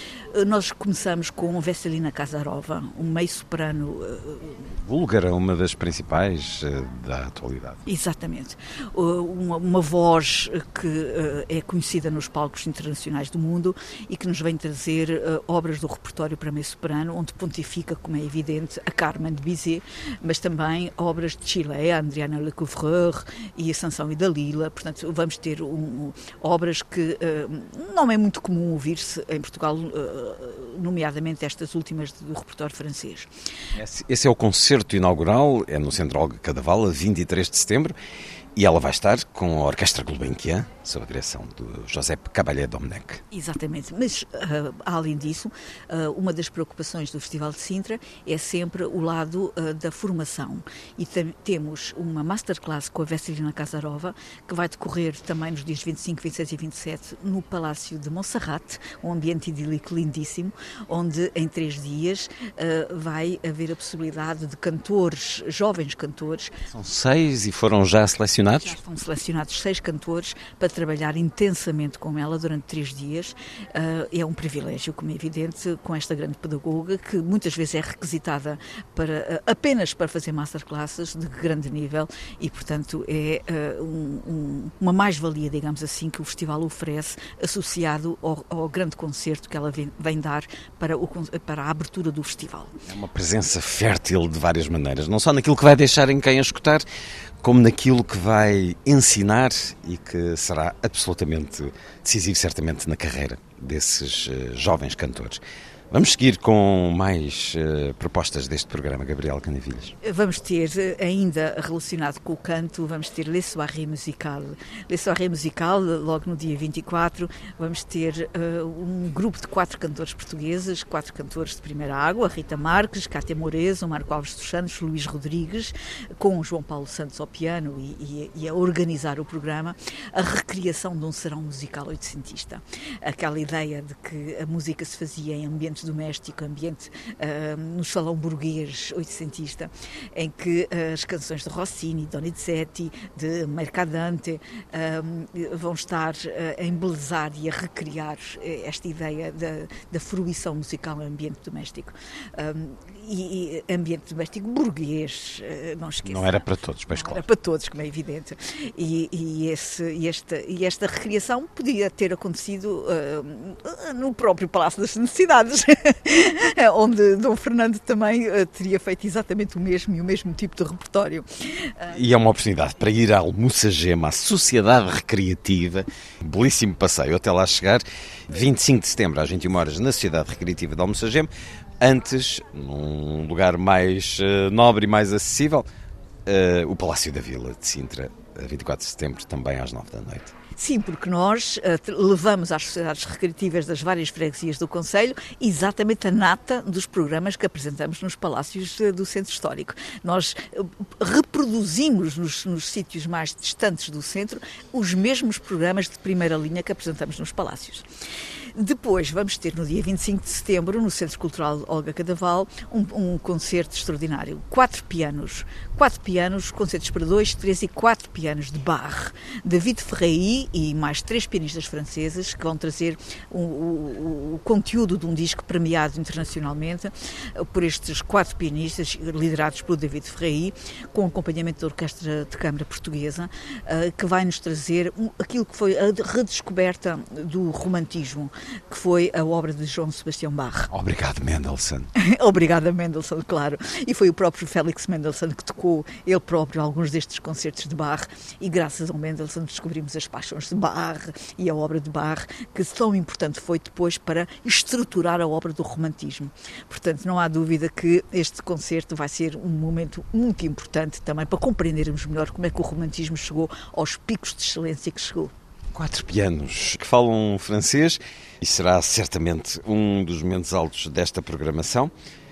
Nós começamos com Vesselina Kasarova, um meio-soprano... Búlgara, uma das principais uh, da atualidade. Exatamente. Uh, uma, uma voz que uh, é conhecida nos palcos internacionais do mundo e que nos vem trazer uh, obras do repertório para meio-soprano, onde pontifica, como é evidente, a Carmen de Bizet, mas também obras de Chile, a Adriana Lecouvreur e a Sansão e Dalila. Portanto, vamos ter um, um, obras que uh, não é muito comum ouvir-se em Portugal, uh, nomeadamente estas últimas do repertório francês. Esse é o concerto inaugural, é no Centro Olga Cadaval, a vinte e três de setembro, e ela vai estar com a Orquestra Gulbenkian, sob a direção do Josep Caballé-Domecq. Exatamente, mas uh, além disso, uh, uma das preocupações do Festival de Sintra é sempre o lado uh, da formação. E tem, temos uma masterclass com a Vesselina Kasarova, que vai decorrer também nos dias vinte e cinco, vinte e seis e vinte e sete no Palácio de Montserrat, um ambiente idílico lindíssimo, onde em três dias uh, vai haver a possibilidade de cantores, jovens cantores. São seis e foram já selecionados? Já foram selecionados seis cantores para trabalhar intensamente com ela durante três dias. Uh, é um privilégio, como é evidente, com esta grande pedagoga, que muitas vezes é requisitada para, uh, apenas para fazer masterclasses de grande nível e, portanto, é uh, um, um, uma mais-valia, digamos assim, que o festival oferece, associado ao, ao grande concerto que ela vem, vem dar para, o, para a abertura do festival. É uma presença fértil de várias maneiras, não só naquilo que vai deixar em quem a escutar, como naquilo que vai ensinar e que será absolutamente decisivo, certamente, na carreira desses uh, jovens cantores. Vamos seguir com mais uh, propostas deste programa, Gabriela Canavilhas. Vamos ter, ainda relacionado com o canto, vamos ter Les Soirées Musicales. Les Soirées Musicales, logo no dia vinte e quatro, vamos ter uh, um grupo de quatro cantores portugueses, quatro cantores de primeira água, Rita Marques, Cátia Morezo, Marco Alves dos Santos, Luís Rodrigues, com o João Paulo Santos ao piano e, e, e a organizar o programa, a recriação de um serão musical oitocentista. Aquela ideia de que a música se fazia em ambiente doméstico, ambiente uh, no salão burguês oitocentista, em que uh, as canções de Rossini, Donizetti, de Mercadante uh, vão estar uh, a embelezar e a recriar esta ideia da, da fruição musical no ambiente doméstico. Um, e, e ambiente doméstico burguês, uh, não esqueça. Não era para todos, pois claro. Era para todos, como é evidente. E, e, esse, e, esta, e esta recriação podia ter acontecido uh, no próprio Palácio das Necessidades, onde Dom Fernando também uh, teria feito exatamente o mesmo e o mesmo tipo de repertório. Uh... E é uma oportunidade para ir à Almussagema, à Sociedade Recreativa, belíssimo passeio até lá chegar, vinte e cinco de setembro às vinte e uma horas na Sociedade Recreativa de Almussagema. Antes, num lugar mais uh, nobre e mais acessível, uh, o Palácio da Vila de Sintra, vinte e quatro de setembro, também às nove da noite. Sim, porque nós uh, levamos às sociedades recreativas das várias freguesias do concelho exatamente a nata dos programas que apresentamos nos palácios uh, do centro histórico. Nós uh, reproduzimos nos, nos sítios mais distantes do centro os mesmos programas de primeira linha que apresentamos nos palácios. Depois vamos ter no dia vinte e cinco de setembro, no Centro Cultural Olga Cadaval, um, um concerto extraordinário. Quatro pianos, quatro pianos, concertos para dois, três e quatro pianos de Bach. David Ferreira e mais três pianistas franceses que vão trazer o, o, o conteúdo de um disco premiado internacionalmente por estes quatro pianistas, liderados por David Ferreira, com acompanhamento da Orquestra de Câmara Portuguesa, que vai nos trazer aquilo que foi a redescoberta do romantismo, que foi a obra de João Sebastião Bach. Obrigado, Mendelssohn. Obrigada, Mendelssohn, claro. E foi o próprio Félix Mendelssohn que tocou ele próprio alguns destes concertos de Bach, e graças ao Mendelssohn descobrimos as paixões de Bach e a obra de Bach, que tão importante foi depois para estruturar a obra do romantismo. Portanto, não há dúvida que este concerto vai ser um momento muito importante também para compreendermos melhor como é que o romantismo chegou aos picos de excelência que chegou. Quatro pianos que falam francês e será certamente um dos momentos altos desta programação.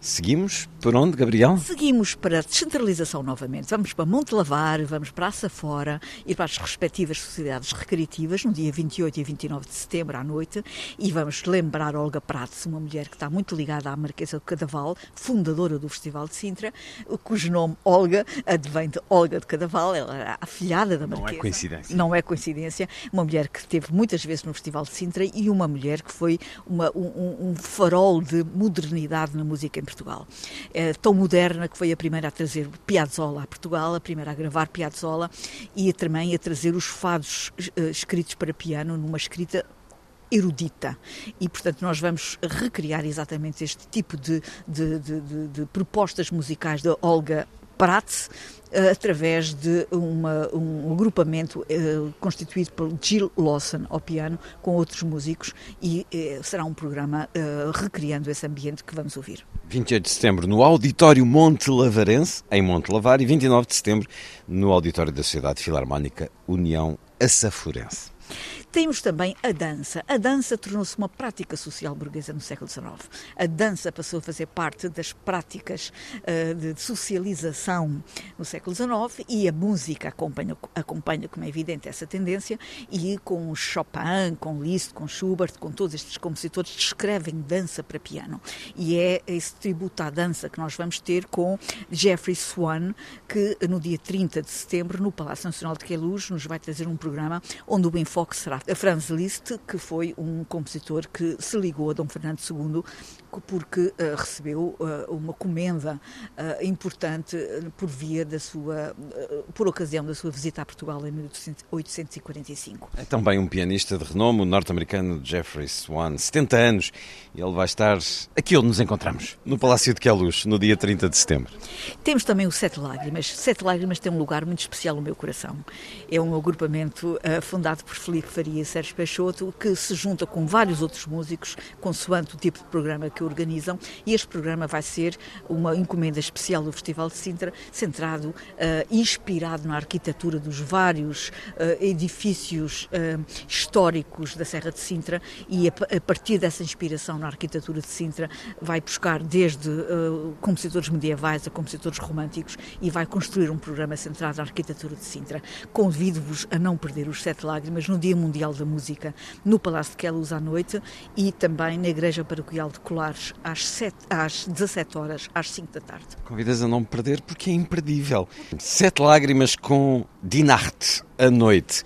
Seguimos por onde, Gabriel? Seguimos para a descentralização novamente. Vamos para Montelavar, vamos para Açafora e para as respectivas sociedades recreativas no dia vinte e oito e vinte e nove de setembro à noite e vamos lembrar Olga Prates, uma mulher que está muito ligada à Marquesa do Cadaval, fundadora do Festival de Sintra, cujo nome Olga advém de Olga de Cadaval, ela era a afilhada da Marquesa. Não é coincidência. Não é coincidência. Uma mulher que esteve muitas vezes no Festival de Sintra e uma mulher que foi uma, um, um farol de modernidade na música em Portugal. É tão moderna que foi a primeira a trazer Piazzolla a Portugal, a primeira a gravar Piazzolla e também a trazer os fados uh, escritos para piano numa escrita erudita. E, portanto, nós vamos recriar exatamente este tipo de, de, de, de, de propostas musicais da Olga Prates, através de uma, um agrupamento uh, constituído por Jill Lawson ao piano, com outros músicos, e uh, será um programa uh, recriando esse ambiente que vamos ouvir. vinte e oito de setembro no Auditório Montelavarense, em Montelavar, e vinte e nove de setembro no Auditório da Sociedade Filarmónica União Açaforense. Temos também a dança. A dança tornou-se uma prática social burguesa no século dezenove. A dança passou a fazer parte das práticas uh, de socialização no século dezenove e a música acompanha, acompanha, como é evidente, essa tendência, e com Chopin, com Liszt, com Schubert, com todos estes compositores, descrevem dança para piano. E é esse tributo à dança que nós vamos ter com Jeffrey Swan, que no dia trinta de setembro, no Palácio Nacional de Queluz, nos vai trazer um programa onde o enfoque será a Franz Liszt, que foi um compositor que se ligou a Dom Fernando segundo porque uh, recebeu uh, uma comenda uh, importante uh, por via da sua, uh, por ocasião da sua visita a Portugal em mil oitocentos e quarenta e cinco. É também um pianista de renome, o norte-americano Jeffrey Swan, setenta anos, e ele vai estar aqui onde nos encontramos, no Palácio de Queluz, no dia trinta de setembro. Temos também o Sete Lágrimas. Sete Lágrimas tem um lugar muito especial no meu coração. É um agrupamento uh, fundado por Filipe Faria e Sérgio Peixoto, que se junta com vários outros músicos, consoante o tipo de programa que organizam, e este programa vai ser uma encomenda especial do Festival de Sintra, centrado, uh, inspirado na arquitetura dos vários uh, edifícios uh, históricos da Serra de Sintra, e a, a partir dessa inspiração na arquitetura de Sintra vai buscar desde uh, compositores medievais a compositores românticos e vai construir um programa centrado na arquitetura de Sintra. Convido-vos a não perder os Sete Lágrimas no Dia Mundial da Música, no Palácio de Queluz à noite, e também na Igreja Paroquial de Colares às, sete, às dezassete horas, às cinco da tarde. Convidas a não perder porque é imperdível. Sete Lágrimas com Dinarte à noite.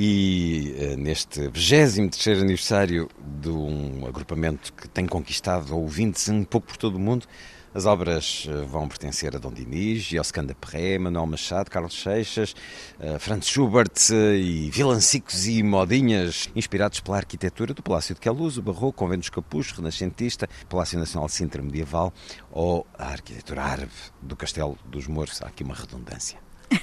E uh, neste vigésimo terceiro aniversário de um agrupamento que tem conquistado ouvintes um pouco por todo o mundo, as obras uh, vão pertencer a Dom Dinis, Josquin de Pré, Manuel Machado, Carlos Seixas, uh, Franz Schubert uh, e vilancicos e modinhas inspirados pela arquitetura do Palácio de Queluz, o Barroco, Convento dos Capuchos, renascentista, Palácio Nacional de Sintra medieval ou a arquitetura árabe do Castelo dos Mouros. Há aqui uma redundância.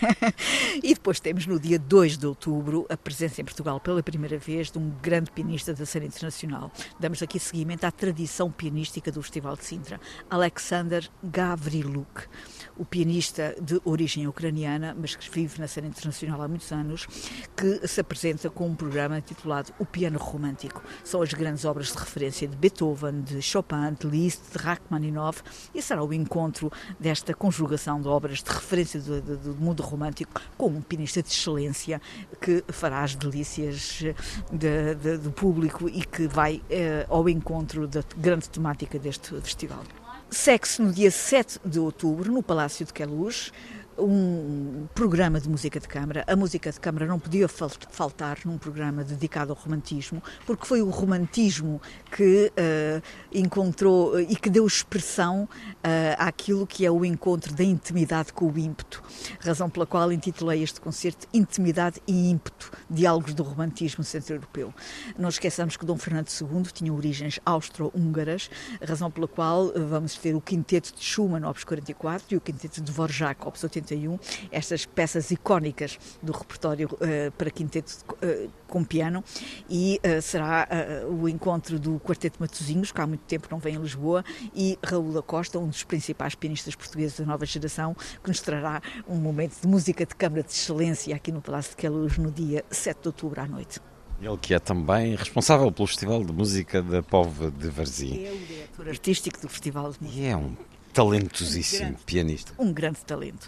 E depois temos no dia dois de outubro a presença em Portugal pela primeira vez de um grande pianista da cena internacional. Damos aqui seguimento à tradição pianística do Festival de Sintra, Alexander Gavriluk, o pianista de origem ucraniana, mas que vive na cena internacional há muitos anos, que se apresenta com um programa titulado O Piano Romântico. São as grandes obras de referência de Beethoven, de Chopin, de Liszt, de Rachmaninoff, e será o encontro desta conjugação de obras de referência do, do, do mundo romântico com um pianista de excelência que fará as delícias de, de, do público e que vai eh, ao encontro da grande temática deste festival. Segue-se no dia sete de outubro, no Palácio de Queluz, um programa de música de câmara. A música de câmara não podia faltar num programa dedicado ao romantismo, porque foi o romantismo que uh, encontrou uh, e que deu expressão uh, àquilo que é o encontro da intimidade com o ímpeto, razão pela qual intitulei este concerto Intimidade e Ímpeto, Diálogos do Romantismo Centro-Europeu. Não esqueçamos que Dom Fernando segundo tinha origens austro-húngaras, razão pela qual uh, vamos ter o quinteto de Schumann, opus quarenta e quatro, e o quinteto de Dvorak, opus oitenta e um, estas peças icónicas do repertório uh, para quinteto uh, com piano, e uh, será uh, o encontro do Quarteto Matosinhos, que há muito tempo não vem a Lisboa, e Raul da Costa, um dos principais pianistas portugueses da nova geração, que nos trará um momento de música de câmara de excelência aqui no Palácio de Queluz no dia sete de outubro à noite. Ele que é também responsável pelo Festival de Música da Póvoa de Varzim. É o diretor artístico do Festival de Música. E é um talentosíssimo um grande, pianista. Um grande talento.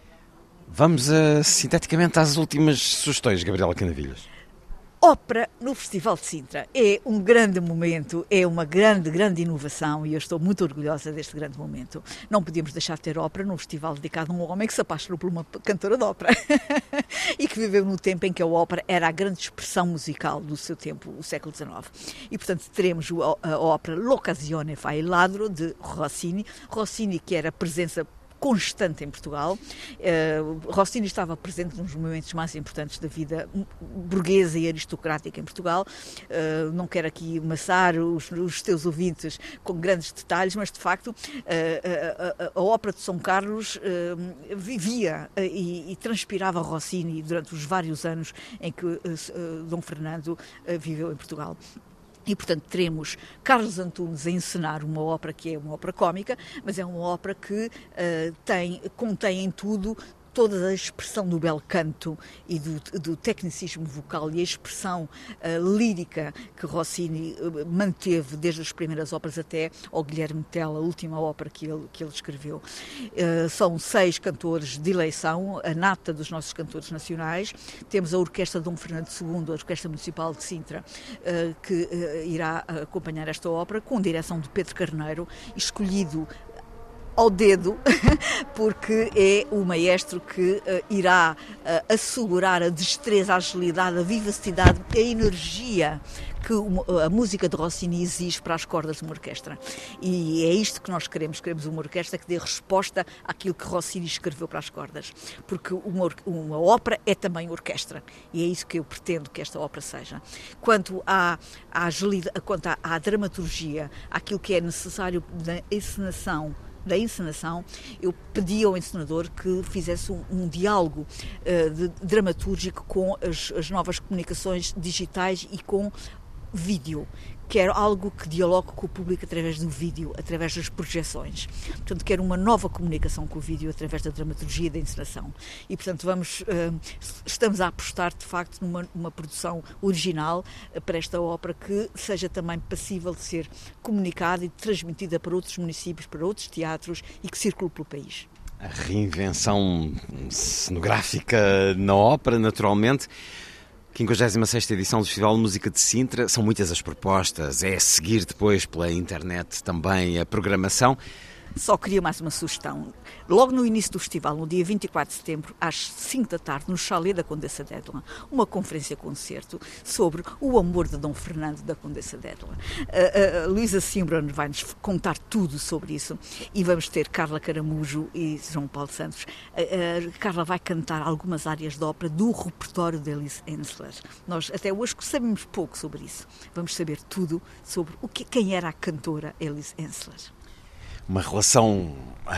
Vamos, uh, sinteticamente, às últimas sugestões, Gabriela Canavilhas. Ópera no Festival de Sintra é um grande momento, é uma grande, grande inovação e eu estou muito orgulhosa deste grande momento. Não podíamos deixar de ter ópera num festival dedicado a um homem que se apaixonou por uma cantora de ópera e que viveu no tempo em que a ópera era a grande expressão musical do seu tempo, o século dezenove. E, portanto, teremos a ópera L'Occasione fa il ladro, de Rossini. Rossini, que era presença constante em Portugal. Uh, Rossini estava presente nos momentos mais importantes da vida burguesa e aristocrática em Portugal. Uh, não quero aqui amassar os, os teus ouvintes com grandes detalhes, mas de facto uh, a, a, a ópera de São Carlos uh, vivia uh, e, e transpirava Rossini durante os vários anos em que uh, uh, Dom Fernando uh, viveu em Portugal. E, portanto, teremos Carlos Antunes a encenar uma ópera que é uma ópera cómica, mas é uma ópera que uh, tem, contém em tudo toda a expressão do bel canto e do, do tecnicismo vocal e a expressão uh, lírica que Rossini uh, manteve desde as primeiras óperas até ao Guilherme Tell, a última ópera que ele, que ele escreveu. Uh, são seis cantores de eleição, a nata dos nossos cantores nacionais. Temos a Orquestra Dom Fernando segundo, a Orquestra Municipal de Sintra, uh, que uh, irá acompanhar esta ópera, com direção de Pedro Carneiro, escolhido ao dedo, porque é o maestro que uh, irá uh, assegurar a destreza, a agilidade, a vivacidade, a energia que uma, a música de Rossini exige para as cordas de uma orquestra. E é isto que nós queremos. Queremos uma orquestra que dê resposta àquilo que Rossini escreveu para as cordas. Porque uma, uma ópera é também orquestra. E é isso que eu pretendo que esta ópera seja. Quanto à, à agilidade, quanto à, à dramaturgia, àquilo que é necessário na encenação, da encenação, eu pedi ao encenador que fizesse um, um diálogo uh, de, dramatúrgico com as, as novas comunicações digitais e com vídeo. Quero algo que dialogue com o público através do vídeo, através das projeções. Portanto, quero uma nova comunicação com o vídeo através da dramaturgia e da encenação. E, portanto, vamos, uh, estamos a apostar, de facto, numa, numa produção original uh, para esta ópera que seja também passível de ser comunicada e transmitida para outros municípios, para outros teatros e que circule pelo país. A reinvenção cenográfica na ópera, naturalmente. quinquagésima sexta edição do Festival de Música de Sintra. São muitas as propostas, é seguir depois pela internet também a programação. Só queria mais uma sugestão. Logo no início do festival, no dia vinte e quatro de setembro, às cinco da tarde, no Chalé da Condessa d'Édouan, uma conferência-concerto sobre o amor de Dom Fernando da Condessa d'Édouan. A, a, a Luísa Simbron vai-nos contar tudo sobre isso e vamos ter Carla Caramujo e João Paulo Santos. A, a Carla vai cantar algumas áreas de ópera do repertório de Elise Ensler. Nós até hoje sabemos pouco sobre isso. Vamos saber tudo sobre o que, quem era a cantora Elise Ensler. Uma relação,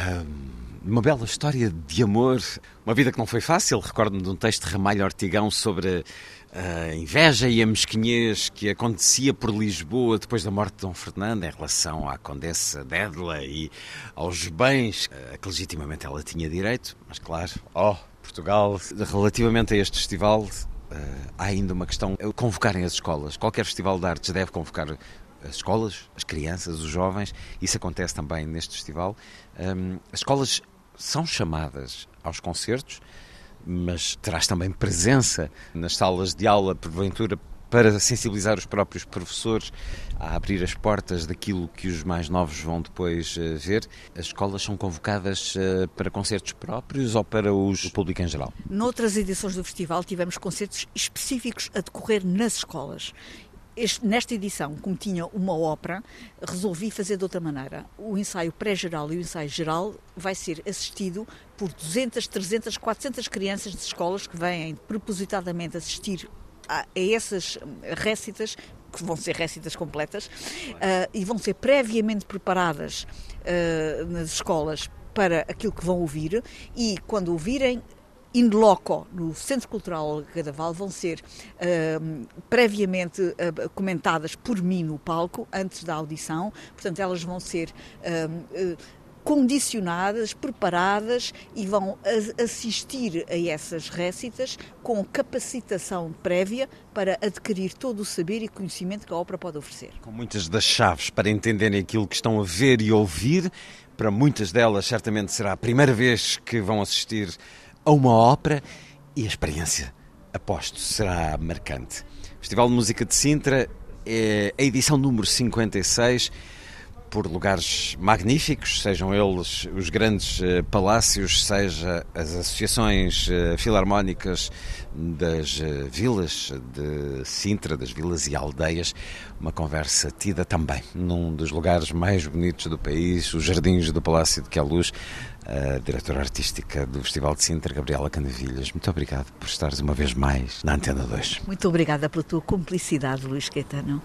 uma bela história de amor, uma vida que não foi fácil. Recordo-me de um texto de Ramalho Ortigão sobre a inveja e a mesquinhez que acontecia por Lisboa depois da morte de Dom Fernando em relação à Condessa d'Édouan e aos bens a que legitimamente ela tinha direito. Mas claro, oh, Portugal, relativamente a este festival, há ainda uma questão, convocarem as escolas. Qualquer festival de artes deve convocar as escolas, as crianças, os jovens. Isso acontece também neste festival. Um, as escolas são chamadas aos concertos, mas terás também presença nas salas de aula, porventura, para sensibilizar os próprios professores a abrir as portas daquilo que os mais novos vão depois uh, ver. As escolas são convocadas uh, para concertos próprios ou para os, o público em geral? Noutras edições do festival tivemos concertos específicos a decorrer nas escolas. Este, nesta edição, como tinha uma ópera, resolvi fazer de outra maneira. O ensaio pré-geral e o ensaio geral vai ser assistido por duzentas, trezentas, quatrocentas crianças de escolas que vêm propositadamente assistir a, a essas récitas, que vão ser récitas completas, uh, e vão ser previamente preparadas uh, nas escolas para aquilo que vão ouvir, e quando ouvirem in loco, no Centro Cultural Cadaval, vão ser uh, previamente uh, comentadas por mim no palco, antes da audição. Portanto, elas vão ser uh, uh, condicionadas, preparadas e vão a, assistir a essas récitas com capacitação prévia para adquirir todo o saber e conhecimento que a ópera pode oferecer. Com muitas das chaves para entenderem aquilo que estão a ver e ouvir, Para muitas delas, certamente será a primeira vez que vão assistir a uma ópera e a experiência, aposto, será marcante. O Festival de Música de Sintra é a edição número cinquenta e seis, por lugares magníficos, sejam eles os grandes uh, palácios, seja as associações uh, filarmónicas das uh, vilas de Sintra, das vilas e aldeias. Uma conversa tida também num dos lugares mais bonitos do país, os jardins do Palácio de Queluz. A diretora artística do Festival de Sintra, Gabriela Canavilhas, muito obrigado por estares uma vez mais na Antena dois. Muito obrigada pela tua cumplicidade, Luís Caetano.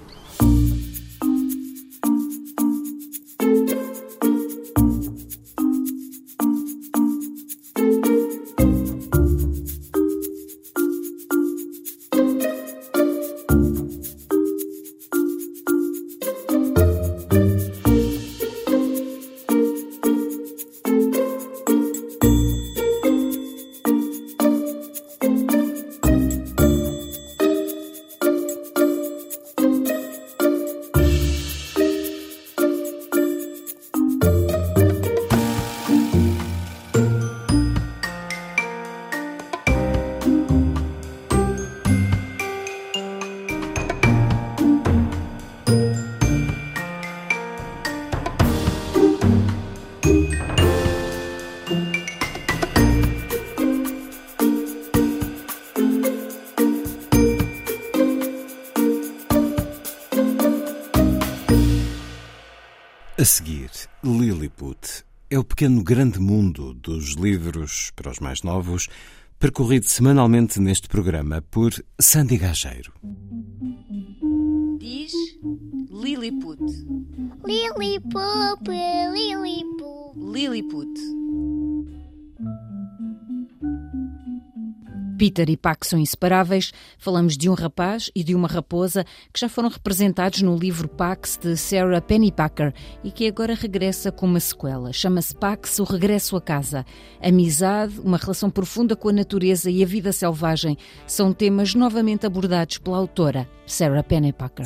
A seguir, Lilliput é o pequeno grande mundo dos livros para os mais novos, percorrido semanalmente neste programa por Sandy Gageiro. Diz Lilliput. Lilliput, Lilliput. Lilliput. Peter e Pax são inseparáveis. Falamos de um rapaz e de uma raposa que já foram representados no livro Pax de Sarah Pennypacker e que agora regressa com uma sequela. Chama-se Pax, o regresso a casa. Amizade, uma relação profunda com a natureza e a vida selvagem são temas novamente abordados pela autora Sarah Pennypacker.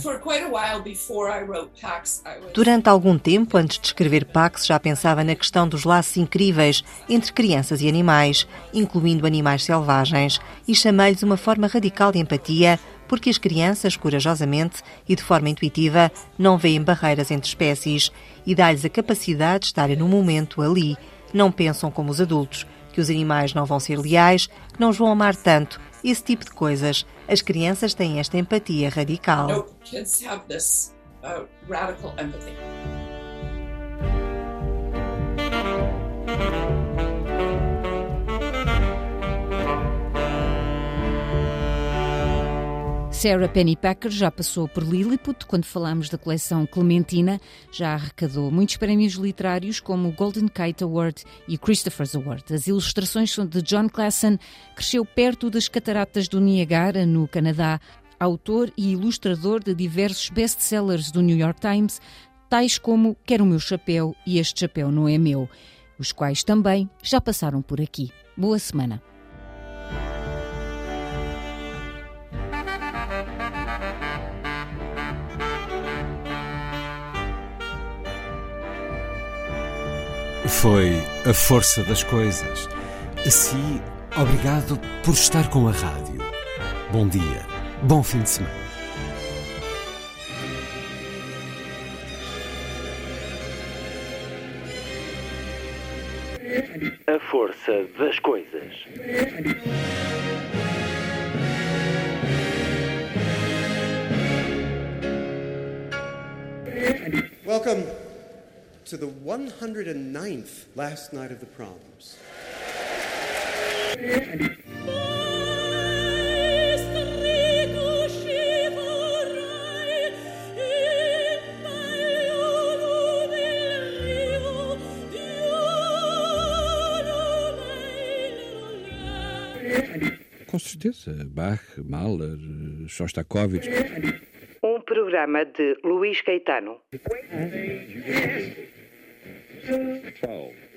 Durante algum tempo, antes de escrever Pax, já pensava na questão dos laços incríveis entre crianças e animais, incluindo animais selvagens, e chamei-lhes uma forma radical de empatia, porque as crianças, corajosamente e de forma intuitiva, não veem barreiras entre espécies e dá-lhes a capacidade de estarem no momento ali. Não pensam como os adultos, que os animais não vão ser leais, que não os vão amar tanto, esse tipo de coisas. As crianças têm esta empatia radical. No, kids have this, uh, radical empathy. Sarah Pennypacker já passou por Lilliput quando falámos da coleção Clementina, já arrecadou muitos prémios literários como o Golden Kite Award e o Christopher's Award. As ilustrações são de John Clason, cresceu perto das cataratas do Niagara, no Canadá, autor e ilustrador de diversos best-sellers do New York Times, tais como Quero o Meu Chapéu e Este Chapéu Não É Meu, os quais também já passaram por aqui. Boa semana. Foi A Força das Coisas. Assim, obrigado por estar com a rádio. Bom dia, bom fim de semana. A Força das Coisas. Welcome to the one hundred ninth last night of the proms. Com certeza, Bach, Mahler, Shostakovich. Um programa de Luís Caetano. twelve